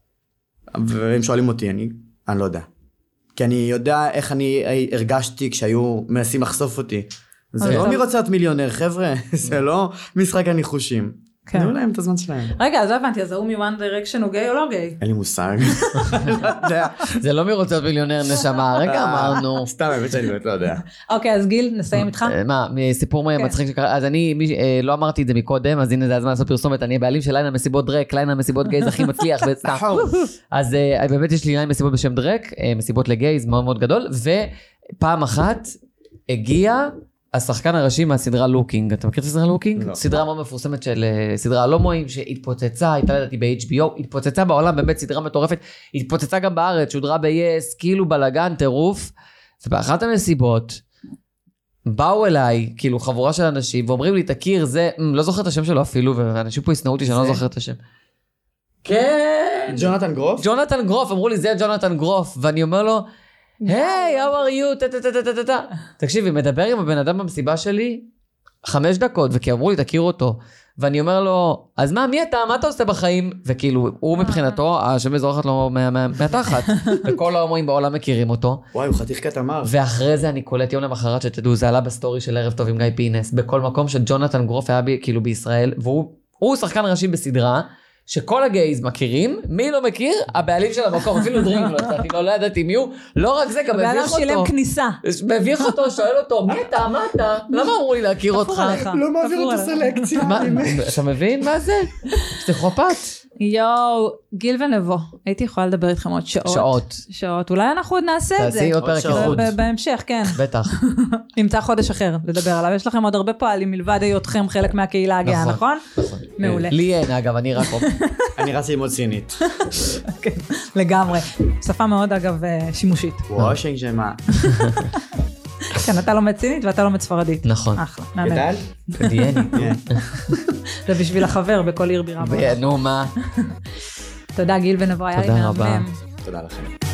והם שואלים אותי, אני לא יודע. כי אני יודע איך אני הרגשתי כשהיו מנסים לחשוף אותי. זה לא מי רוצה להיות מיליונר, חבר'ה, זה לא משחק הניחושים. תנו להם את הזמן שלהם. רגע, אז לא הבנתי, אז הוא מ-One Direction הוא גיי או לא גיי? אין לי מושג. זה לא מי רוצה להיות מיליונר נשמה, רגע אמרנו. סתם, האמת שאני באמת לא יודע. אוקיי, אז גיל, נסיים איתך. מה, סיפור מצחיק שקרה, אז אני לא אמרתי את זה מקודם, אז הנה זה הזמן לעשות פרסומת, אני הבעלים של ליין המסיבות דרק, ליין המסיבות גייז הכי מצליח, אז באמת יש לי ליין מסיבות בשם דרק, מסיבות לגייז מאוד מאוד גדול, ופעם אחת הגיע השחקן הראשי מהסדרה לוקינג, אתה מכיר את הסדרה לוקינג? לא. סדרה מאוד מפורסמת של סדרה הלומואים שהתפוצצה, הייתה לדעתי ב-HBO, התפוצצה בעולם, באמת סדרה מטורפת, התפוצצה גם בארץ, שודרה ב-yes, כאילו בלגן, טירוף, ובאחת המסיבות, באו אליי, כאילו חבורה של אנשים, ואומרים לי, תכיר, זה, לא זוכר את השם שלו אפילו, ואנשים פה יסנאו אותי שאני לא זוכר את השם. כן! ג'ונתן גרוף? ג'ונתן גרוף, אמרו לי, זה ג'ונתן גרוף, ואני אומר לו, היי, how are you? תקשיבי, מדבר עם הבן אדם במסיבה שלי 5 דקות, וכי אמרו לי, תכיר אותו. ואני אומר לו, אז מה, מי אתה? מה אתה עושה בחיים? וכאילו, הוא מבחינתו, השם מזורחת לו מהתחת. וכל ההומואים בעולם מכירים אותו. וואי, הוא חתיך כתמר. ואחרי זה אני קולט יום למחרת שתדעו, זה עלה בסטורי של ערב טוב עם גיא פינס, בכל מקום שג'ונתן גרוף היה כאילו בישראל, והוא שחקן ראשי בסדרה, שכל הגייז מכירים, מי לא מכיר? הבעלים של המקום, אפילו דרינק לא יצאתי, לא ידעתי מי הוא, לא רק זה, גם מביך אותו. הבעלים שילם כניסה. מביך אותו, שואל אותו, מי אתה, מה אתה? למה אמרו לי להכיר אותך? לא מעביר אותו סלקציה. אתה מבין מה זה? פסיכופת. יואו, גיל ונבו, הייתי יכולה לדבר איתכם עוד שעות. אולי אנחנו עוד נעשה את זה. תעשי עוד פרק איחוד. בהמשך, כן. בטח. נמצא חודש אחר לדבר עליו. יש לכם עוד הרבה פועלים מלבד היותכם חלק מהקהילה הגאה, נכון? נכון. מעולה. לי אין, אגב, אני רק... אני רצתי ללמוד סינית. לגמרי. שפה מאוד, אגב, שימושית. וושינג שמה. כן, אתה לומד סינית ואתה לומד ספרדית. נכון. אחלה, מהמם. גדל? דיאני. זה בשביל החבר בכל עיר בירה. נו מה? תודה גיל ונבו, היה לי מהמם. תודה לכם.